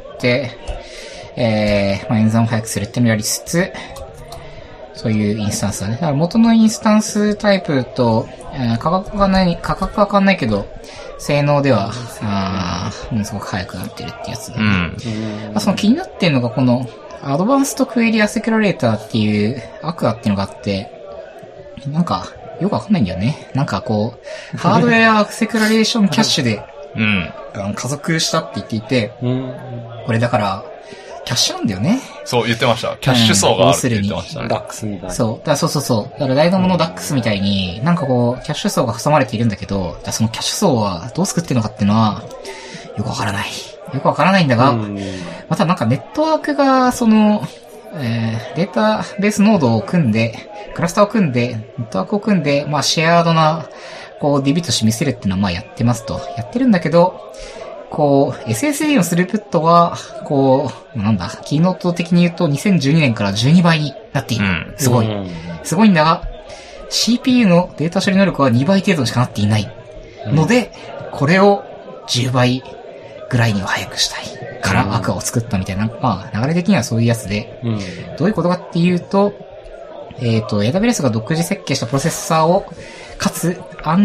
まあ、演算を早くするっていうのをやりつつ、そういうインスタンスだね。だから元のインスタンスタイプと、価格は変わんないけど、性能では、ものすごく速くなってるってやつだね。その気になってるのがこの、アドバンストクエリアセキュラレーターっていうアクアっていうのがあって、なんか、よくわかんないんだよね。なんかこう、ハードウェアセキュラレーションキャッシュで、加速したって言っていて、これだから、キャッシュなんだよね。 そう言ってました。キャッシュ層があるって言ってましたね。 ダックスみたいな。 そう。だからダイナモのダックスみたいに、なんかこう、キャッシュ層が挟まれているんだけど、そのキャッシュ層はどう作ってるのかっていうのは、よくわからない。よくわからないんだが、またなんかネットワークが、その、データベースノードを組んで、クラスターを組んで、ネットワークを組んで、まあシェアードな、こう、ディビットして見せるっていうのはまあやってますと。やってるんだけど、こう、SSD のスループットは、こう、なんだ、キーノート的に言うと2012年から12倍になっている。すごい。すごいんだが、CPU のデータ処理能力は2倍程度しかなっていない。ので、これを10倍ぐらいには早くしたい。からアクアを作ったみたいな、まあ、流れ的にはそういうやつで、どういうことかっていうと、AWS が独自設計したプロセッサーを、かつ、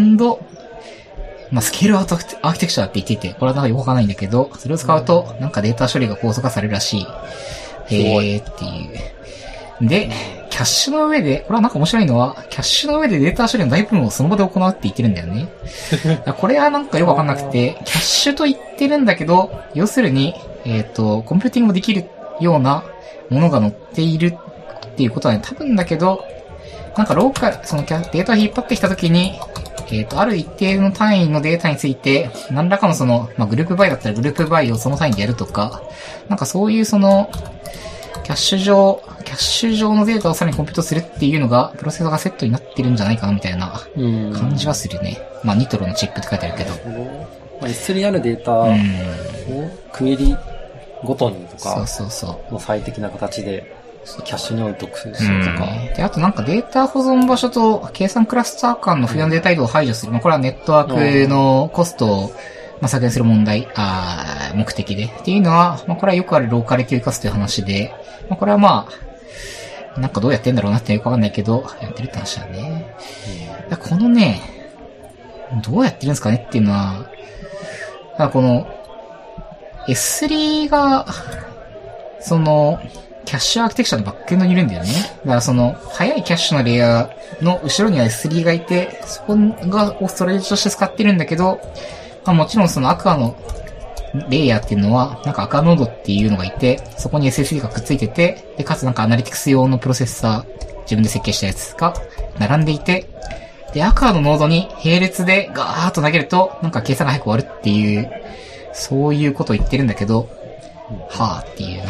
まあ、スケールアーキテクチャって言っていて、これはなんかよくわかんないんだけど、それを使うと、なんかデータ処理が高速化されるらしい。っていう。で、キャッシュの上で、これはなんか面白いのは、キャッシュの上でデータ処理の大部分をその場で行うって言ってるんだよね。これはなんかよくわかんなくて、キャッシュと言ってるんだけど、要するに、コンピューティングもできるようなものが載っているっていうことはね、多分だけど、なんかそのデータを引っ張ってきたときに、ある一定の単位のデータについて、何らかのその、まあ、グループバイだったらグループバイをその単位でやるとか、なんかそういうその、キャッシュ上のデータをさらにコンピュートするっていうのが、プロセッサーがセットになってるんじゃないかなみたいな感じはするね。まあ、ニトロのチップって書いてあるけど。 まあ、S3 あるデータを区切りごとにとか、の最適な形で、キャッシュに置いとくとか。 で、あとなんかデータ保存場所と計算クラスター間の不要なデータ移動を排除する。まあ、これはネットワークのコストを、まあ、削減する目的で。っていうのは、まあ、これはよくあるローカル級化という話で、まあ、これはまあ、なんかどうやってんだろうなってよくわかんないけど、やってるって話だね。このね、どうやってるんですかねっていうのは、この、S3 が、その、キャッシュアーキテクチャのバックエンドにいるんだよね。だからその、早いキャッシュのレイヤーの後ろには S3 がいて、そこをストレージとして使ってるんだけど、まあもちろんそのアクアのレイヤーっていうのは、なんかアクアノードっていうのがいて、そこに SSD がくっついてて、で、かつなんかアナリティクス用のプロセッサー、自分で設計したやつが並んでいて、で、アクアのノードに並列でガーッと投げると、なんか計算が早く終わるっていう、そういうことを言ってるんだけど、はぁっていう、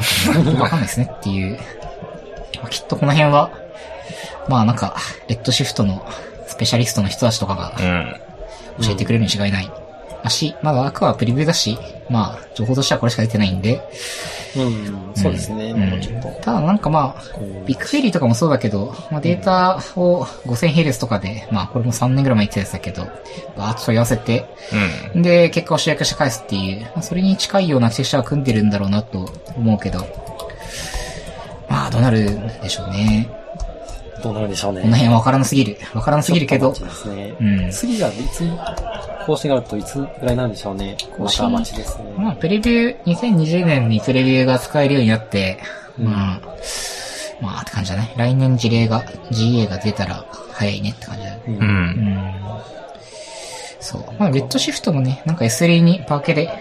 なんかわかんないですねっていう。きっとこの辺は、まあなんか、レッドシフトのスペシャリストの人たちとかが、教えてくれるに違いない。まだアクアはプレビューだし、まあ、情報としてはこれしか出てないんで。 そうですね、もうちょっと。 ただなんかまあ、ビッグクエリーとかもそうだけど、まあデータを5000並列とかで、まあこれも3年ぐらい前言ってたやつだけど、バーッと問い合わせて、で、結果を集約して返すっていう、まあ、それに近いようなアーキテクチャは組んでるんだろうなと思うけど、まあどうなるでしょうね。 どうなるでしょうね。 この辺わからなすぎるけど。 次がいつ更新があるといつぐらいなんでしょうね。更新待ちですね。 まあプレビュー、2020年にプレビューが使えるようになって、まあって感じだね。来年GA が出たら早いねって感じだね。そう。まあレッドシフトもね、なんか S3 にパーケで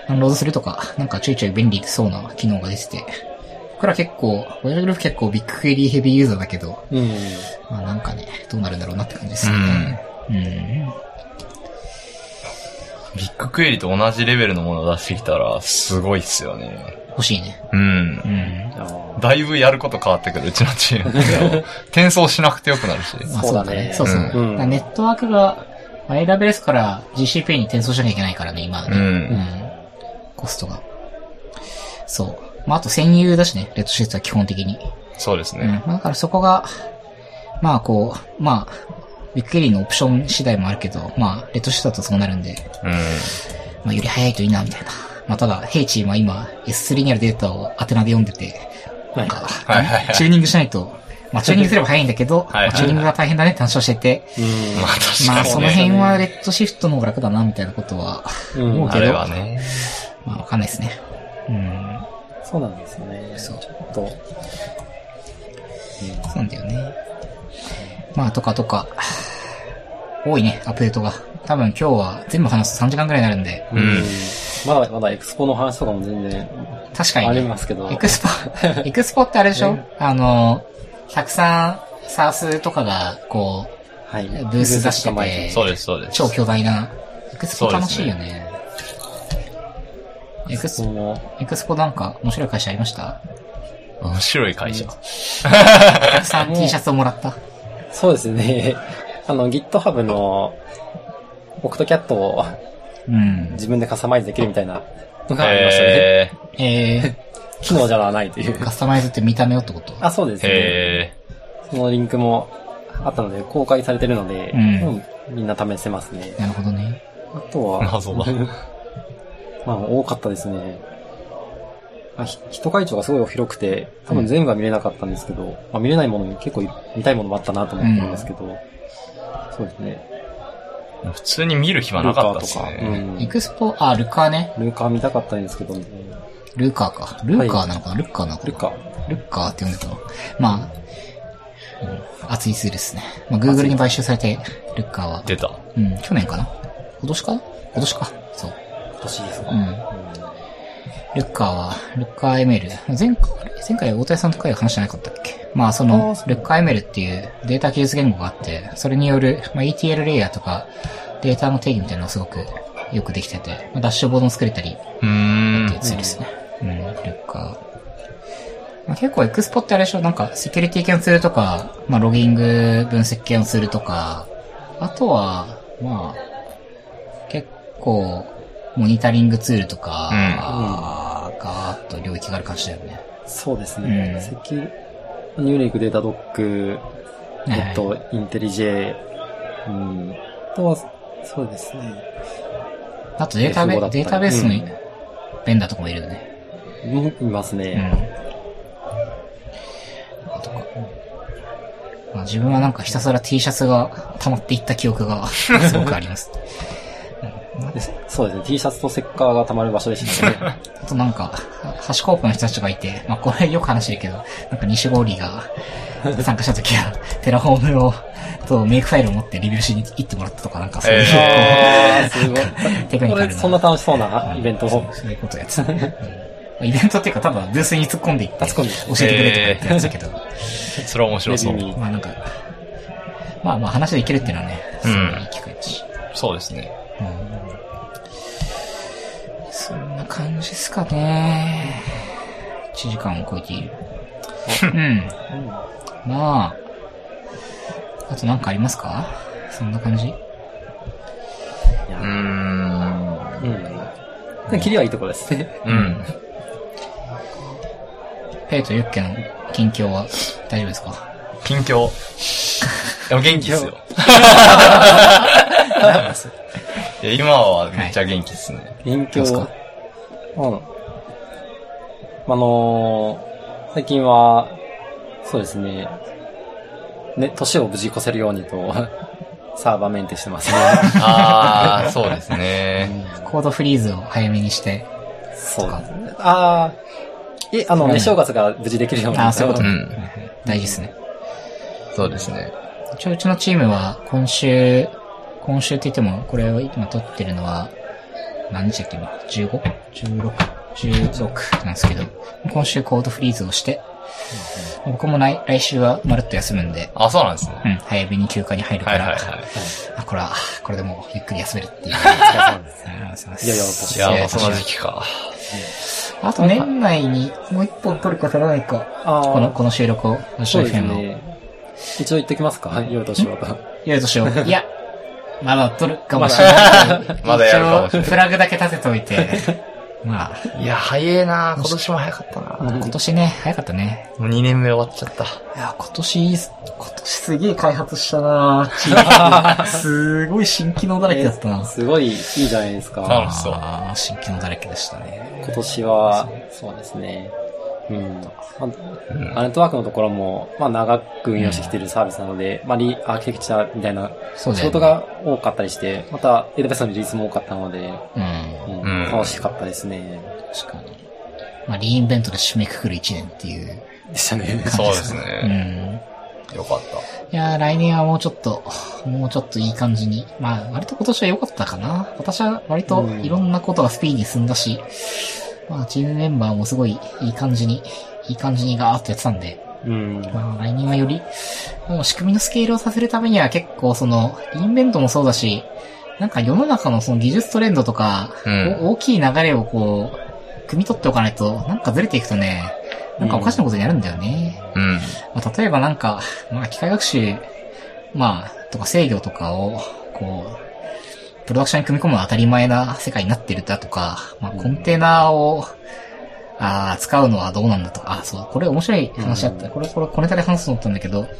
ダウンロードするとか、なんかちょいちょい便利そうな機能が出てて、僕ら結構、我々グループ結構ビッグクエリーヘビーユーザーだけど、まあなんかね、どうなるんだろうなって感じですよね。 ビッグクエリと同じレベルのものを出してきたら、すごいっすよね。 欲しいね。 だいぶやること変わってくる、うちのチーム。転送しなくてよくなるし。 まあそうだね。そうそう。ネットワークが、AWS から GCP に転送しなきゃいけないからね、今ね。コストが。そう。まああと専有だしね、レッドシフトは基本的に。 そうですね。 だからそこが、まあこう、まあ、ビッグクエリのオプション次第もあるけど、まあ、レッドシフトだとそうなるんで、まあより早いといいな、みたいな。まあただ、ヘイチーは今 S3 にあるデータをアテナで読んでて、なんか、チューニングしないと、まあチューニングすれば早いんだけど、チューニングが大変だねって話をしてて、まあその辺はレッドシフトの方が楽だな、みたいなことは思うけど、まあわかんないですね。 そうなんですよね。ちょっと。 そうなんだよね。まあとか、多いね、アップデートが。多分今日は全部話すと3時間くらいになるんで。 まだエクスポの話とかも全然。 確かに、ね。 ありますけど。 エクスポってあれでしょたくさんサースとかが、こう、ブース出してて、 そうです、そうです。 超巨大な。エクスポ楽しいよね。エクスポなんか面白い会社ありました？ 面白い会社。 たくさん T シャツをもらった。 そうですね。GitHub のオクトキャットを自分でカスタマイズできるみたいなのがありましたね。機能じゃないという。 カスタマイズって見た目をってこと？ あ、そうですね。そのリンクもあったので、公開されてるので、みんな試せますね。 なるほどね。 あとは、 謎だ。 まあ、多かったですね。人会長がすごい広くて、多分全部は見れなかったんですけど、見れないものに結構見たいものもあったなと思ってるんですけど、そうですね。 普通に見る暇なかったですね。 エクスポ、ルカーね。 ルカー見たかったんですけどね。 ルカーか。ルカーなのかな、ルッカーなのかな。ルッカーって呼んでたの。まあ、熱いツールですね。まあ、Google に買収されて、ルッカーは。 出た。 去年かな？今年か。そう。 今年ですか。 ルッカー ML。前回大谷さんとかで話してなかったっけ？まあその、ルッカー ML っていうデータ記述言語があって、それによる、まあ、ETL レイヤーとか、データの定義みたいなのがすごくよくできてて、ダッシュボードも作れたり、っていうツールですね。ルッカー。まあ、結構エクスポってあれでしょ？なんか、セキュリティ系のツールとか、まあロギング分析系のツールとか、あとは、まあ、結構、モニタリングツールとか、ガーッと領域がある感じだよね。 そうですね。ニューレイク、データドック、インテリジェ、あとは、そうですね。 あとデータベースのベンダーとかもいるよね。 いますね。 まあ、自分はなんかひたすら T シャツが溜まっていった記憶がすごくあります。 そうですね。T シャツとセッカーが溜まる場所でしたね。 あとなんか、ハシコープの人たちがいて、まあこれよく話してるけど、なんか西ゴーリーが参加した時は、テラフォームとメイクファイルを持ってリビューしに行ってもらったとかなんかそういう、 すごい。 テクニカルな。 そんな楽しそうなイベントを。 そういうことやつ。イベントっていうか、ただブースに突っ込んでいって、教えてくれとかやつだけど。 それは面白そう。 まあなんか、まあ話でいけるっていうのはね、すごいいい機会だし。 そうですね。 そんな感じですかね。1時間を超えている。まあ、あとなんかありますか？そんな感じ？ キリはいいところですね。 ペイとユッケの近況は大丈夫ですか？ 近況でも元気っすよ。いや今はめっちゃ元気っすね。 近況最近は、そうですね、年を無事越せるようにと、サーバーメンテしてますね。 そうですね。 コードフリーズを早めにして。 そうですね。正月が無事できるように。 そういうこと。大事ですね。 そうですね。 うちのチームは今週って言っても、これを今撮ってるのは、 何日だっけ今 ?15? 16なんですけど、今週コードフリーズをして、僕も来週はまるっと休むんで。 あ、そうなんですね。 うん、早めに休暇に入るから。 はいはいはい。 これでもうゆっくり休めるっていう。 いや、 その時期か。 あと年内にもう一本取るか取らないか。この収録を。 そうですね。一応言っときますか。はい、夜としようと。 夜としよう。いや、まだ取るかもしれない。 まだやるかもしれない。 フラグだけ立てておいて。まあ。 いや、早いな。今年も早かったな。 今年ね、早かったね。 もう2年目終わっちゃった。いや、今年すげえ開発したなすごい新機能だらけだったな。 すごいいいじゃないですか。 楽しそう。 新機能だらけでしたね。 今年は、そうですね。うん。ネットワークのところも、まあ長く運用してきているサービスなので、まあアーキテクチャみたいな仕事が多かったりして、また AWS のリリースも多かったので、楽しかったですね。 確かに。まあリインベントで締めくくる1年っていう。 でしたね。 そうですね。よかった。 いやー、来年はもうちょっといい感じに。まあ割と今年は良かったかな。私は割といろんなことがスピーディーに進んだし、まあチームメンバーもすごいいい感じにガーッとやってたんで。まあ来年はより、もう仕組みのスケールをさせるためには結構インベントもそうだし、なんか世の中のその技術トレンドとか、大きい流れをこう、汲み取っておかないと、なんかずれていくとね、なんかおかしなことになるんだよね。まあ、例えばなんか、まあ機械学習、まあ、とか制御とかを、こう、プロダクションに組み込むのは当たり前な世界になってるだとか、まあコンテナを、使うのはどうなんだとか、そう、これ面白い話だった。これ小ネタで話すと思ったんだけど、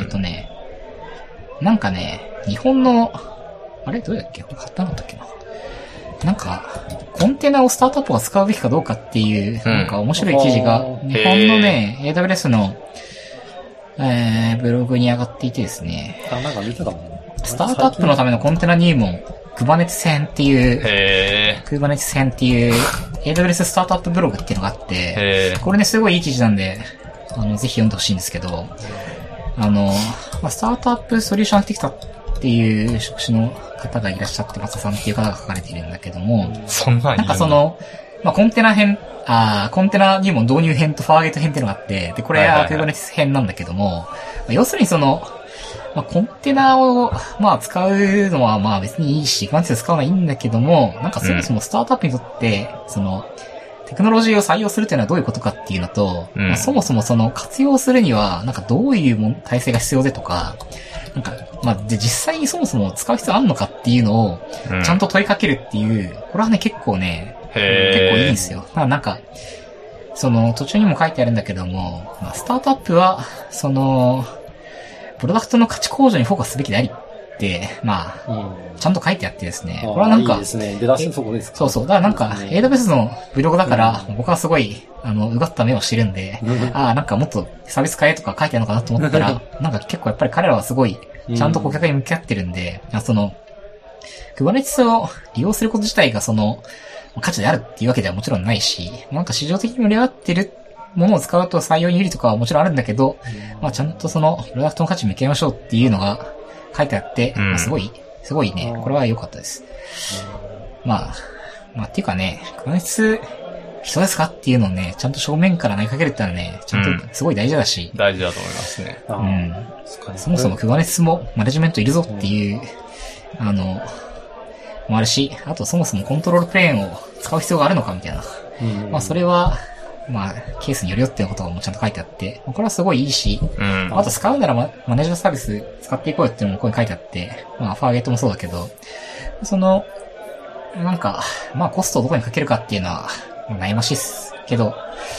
なんかね、日本の、あれどうやっけこれ買ったんだったっけな。なんか、コンテナをスタートアップが使うべきかどうかっていう、なんか面白い記事が、日本のね、AWS の、ブログに上がっていてですね。 なんか見てたもん。 スタートアップのためのコンテナ入門、Kubernetes 編っていう、Kubernetes 編っていう、AWS スタートアップブログっていうのがあって、これね、すごいいい記事なんで、ぜひ読んでほしいんですけど、まあ、スタートアップソリューションアーキテクタっていう職種の方がいらっしゃって、松田さんっていう方が書かれているんだけども、なんかまあ、コンテナ編、コンテナ入門導入編とファーゲート編っていうのがあって、で、これは Kubernetes 編なんだけども、要するにまあ、コンテナを、まあ、使うのは、まあ、別にいいし、Kubernetes 使うのはいいんだけども、なんかそもそもスタートアップにとって、テクノロジーを採用するというのはどういうことかっていうのと、まあ、そもそも活用するには、なんかどういう体制が必要でとか、なんか、まあ、で、実際にそもそも使う必要あるのかっていうのを、ちゃんと問いかけるっていう、これはね、結構いいんですよ。なんか、途中にも書いてあるんだけども、まあ、スタートアップは、プロダクトの価値向上にフォーカスすべきでありって、まあ、ちゃんと書いてあってですね。これはなんか、 いいですね。出だしそこですか。 そう。だからなんか、AWS のブログだから、僕はすごい、うがった目をしてるんで、なんかもっとサービス変えとか書いてあるのかなと思ったら、なんか結構やっぱり彼らはすごい、ちゃんと顧客に向き合ってるんで、Kubernetes を利用すること自体が価値であるっていうわけではもちろんないし、なんか市場的に盛り上がってるものを使うと採用に有利とかはもちろんあるんだけど、まあちゃんとプロダクトの価値に向き合いましょうっていうのが書いてあって、まあ、すごいね、これは良かったです。まあっていうかね、Kubernetes人ですかっていうのをね、ちゃんと正面から投げかけるってのはね、ちゃんとすごい大事だし。 大事だと思いますね。 そもそも Kubernetes もマネジメントいるぞっていう、もあるし、あとそもそもコントロールプレーンを使う必要があるのかみたいな。まあそれは、まあ、ケースによるよっていうこともちゃんと書いてあって、これはすごいいいし、あと使うならマネージャーサービス使っていこうよっていうのもここに書いてあって、まあ、ファーゲートもそうだけど、なんか、まあ、コストをどこにかけるかっていうのは、悩ましいっすけど、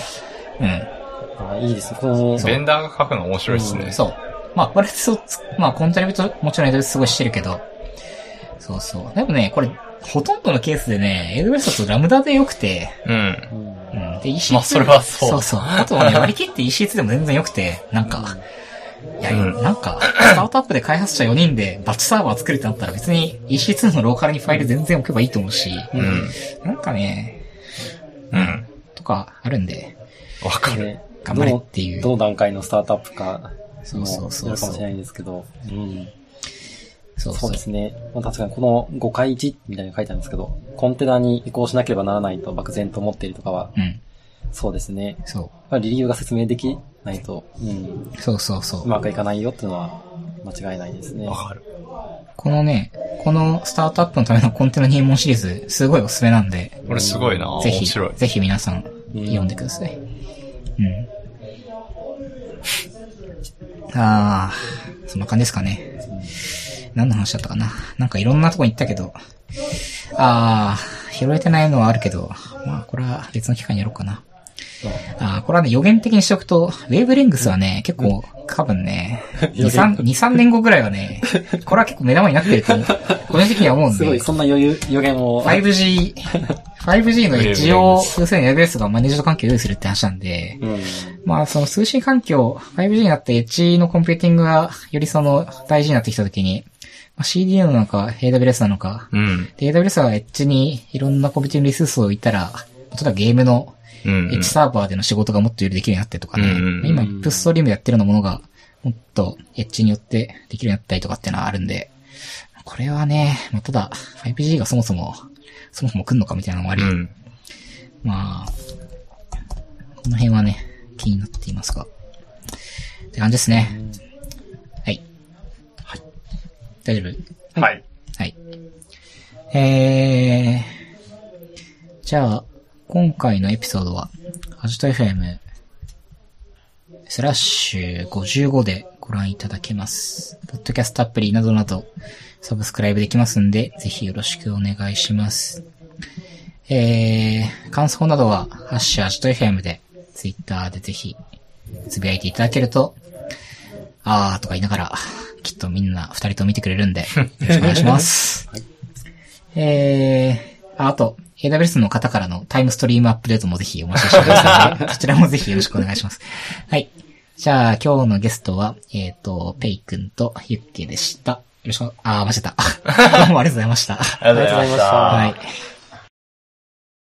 いいですね。 ベンダーが書くの面白いっすね。 そう。まあ、これまあ、コントリビュートもちろんすごいしてるけど、そう。でもね、これ、ほとんどのケースでね、AWS だとラムダで良くて、で、EC2。 まあ、それはそう。 そう。あとはね、割り切って EC2 でも全然良くて、なんか、なんか、スタートアップで開発者4人でバッチサーバー作るってなったら別に EC2 のローカルにファイル全然置けばいいと思うし、なんかね、かあるんで、 わかる。 頑張れっていう。 どの段階のスタートアップか、 そう。 かもしれないんですけど。 そうですね。確かにこの5回1みたいに書いてあるんですけど、コンテナに移行しなければならないと漠然と思っているとかは、そうですね。理由が説明できないと、うまくいかないよっていうのは間違いないですね。 わかる。 このスタートアップのためのコンテナ入門シリーズ、すごいおすすめなんで。 これすごいな。面白い。 ぜひ皆さん読んでください。そんな感じですかね。何の話だったかな。なんかいろんなとこに行ったけど、拾えてないのはあるけど、これは別の機会にやろうかな。これはね、予言的にしておくと、ウェーブレングスはね、結構、多分ね、2、3年後ぐらいはね、これは結構目玉になってると、個人的には思うんで。 すごい、そんな予言を。 5G のエッジを、要するに AWS がマネージド環境を用意するって話なんで、その通信環境、5G になってエッジのコンピューティングがより大事になってきたときに、CDN なのか AWS なのか、で AWS はエッジにいろんなコンピューティングリソースを置いたら、例えばゲームのエッジサーバーでの仕事がもっとよりできるようになってとかね、今、プッストリームでやってるようなものが、もっとエッジによってできるようになったりとかっていうのはあるんで、これはね、ただ、5G がそもそも来んのかみたいなのもあり、この辺はね、気になっていますが。って感じですね。はい。大丈夫？ はい。 はい。じゃあ、今回のエピソードは、AJITFM/55 でご覧いただけます。ポッドキャストアプリなどなど、サブスクライブできますんで、ぜひよろしくお願いします。感想などは、#AJITFM で、ツイッターでぜひ、つぶやいていただけると、とか言いながら、きっとみんな2人と見てくれるんで、よろしくお願いします。あと、AWS の方からのタイムストリームアップデートもぜひお待ちしておりますので、そちらもぜひよろしくお願いします。はい。じゃあ、今日のゲストは、ペイ君とユッケでした。よろしく、間違えた。どうもありがとうございました。 ありがとうございました。 はい。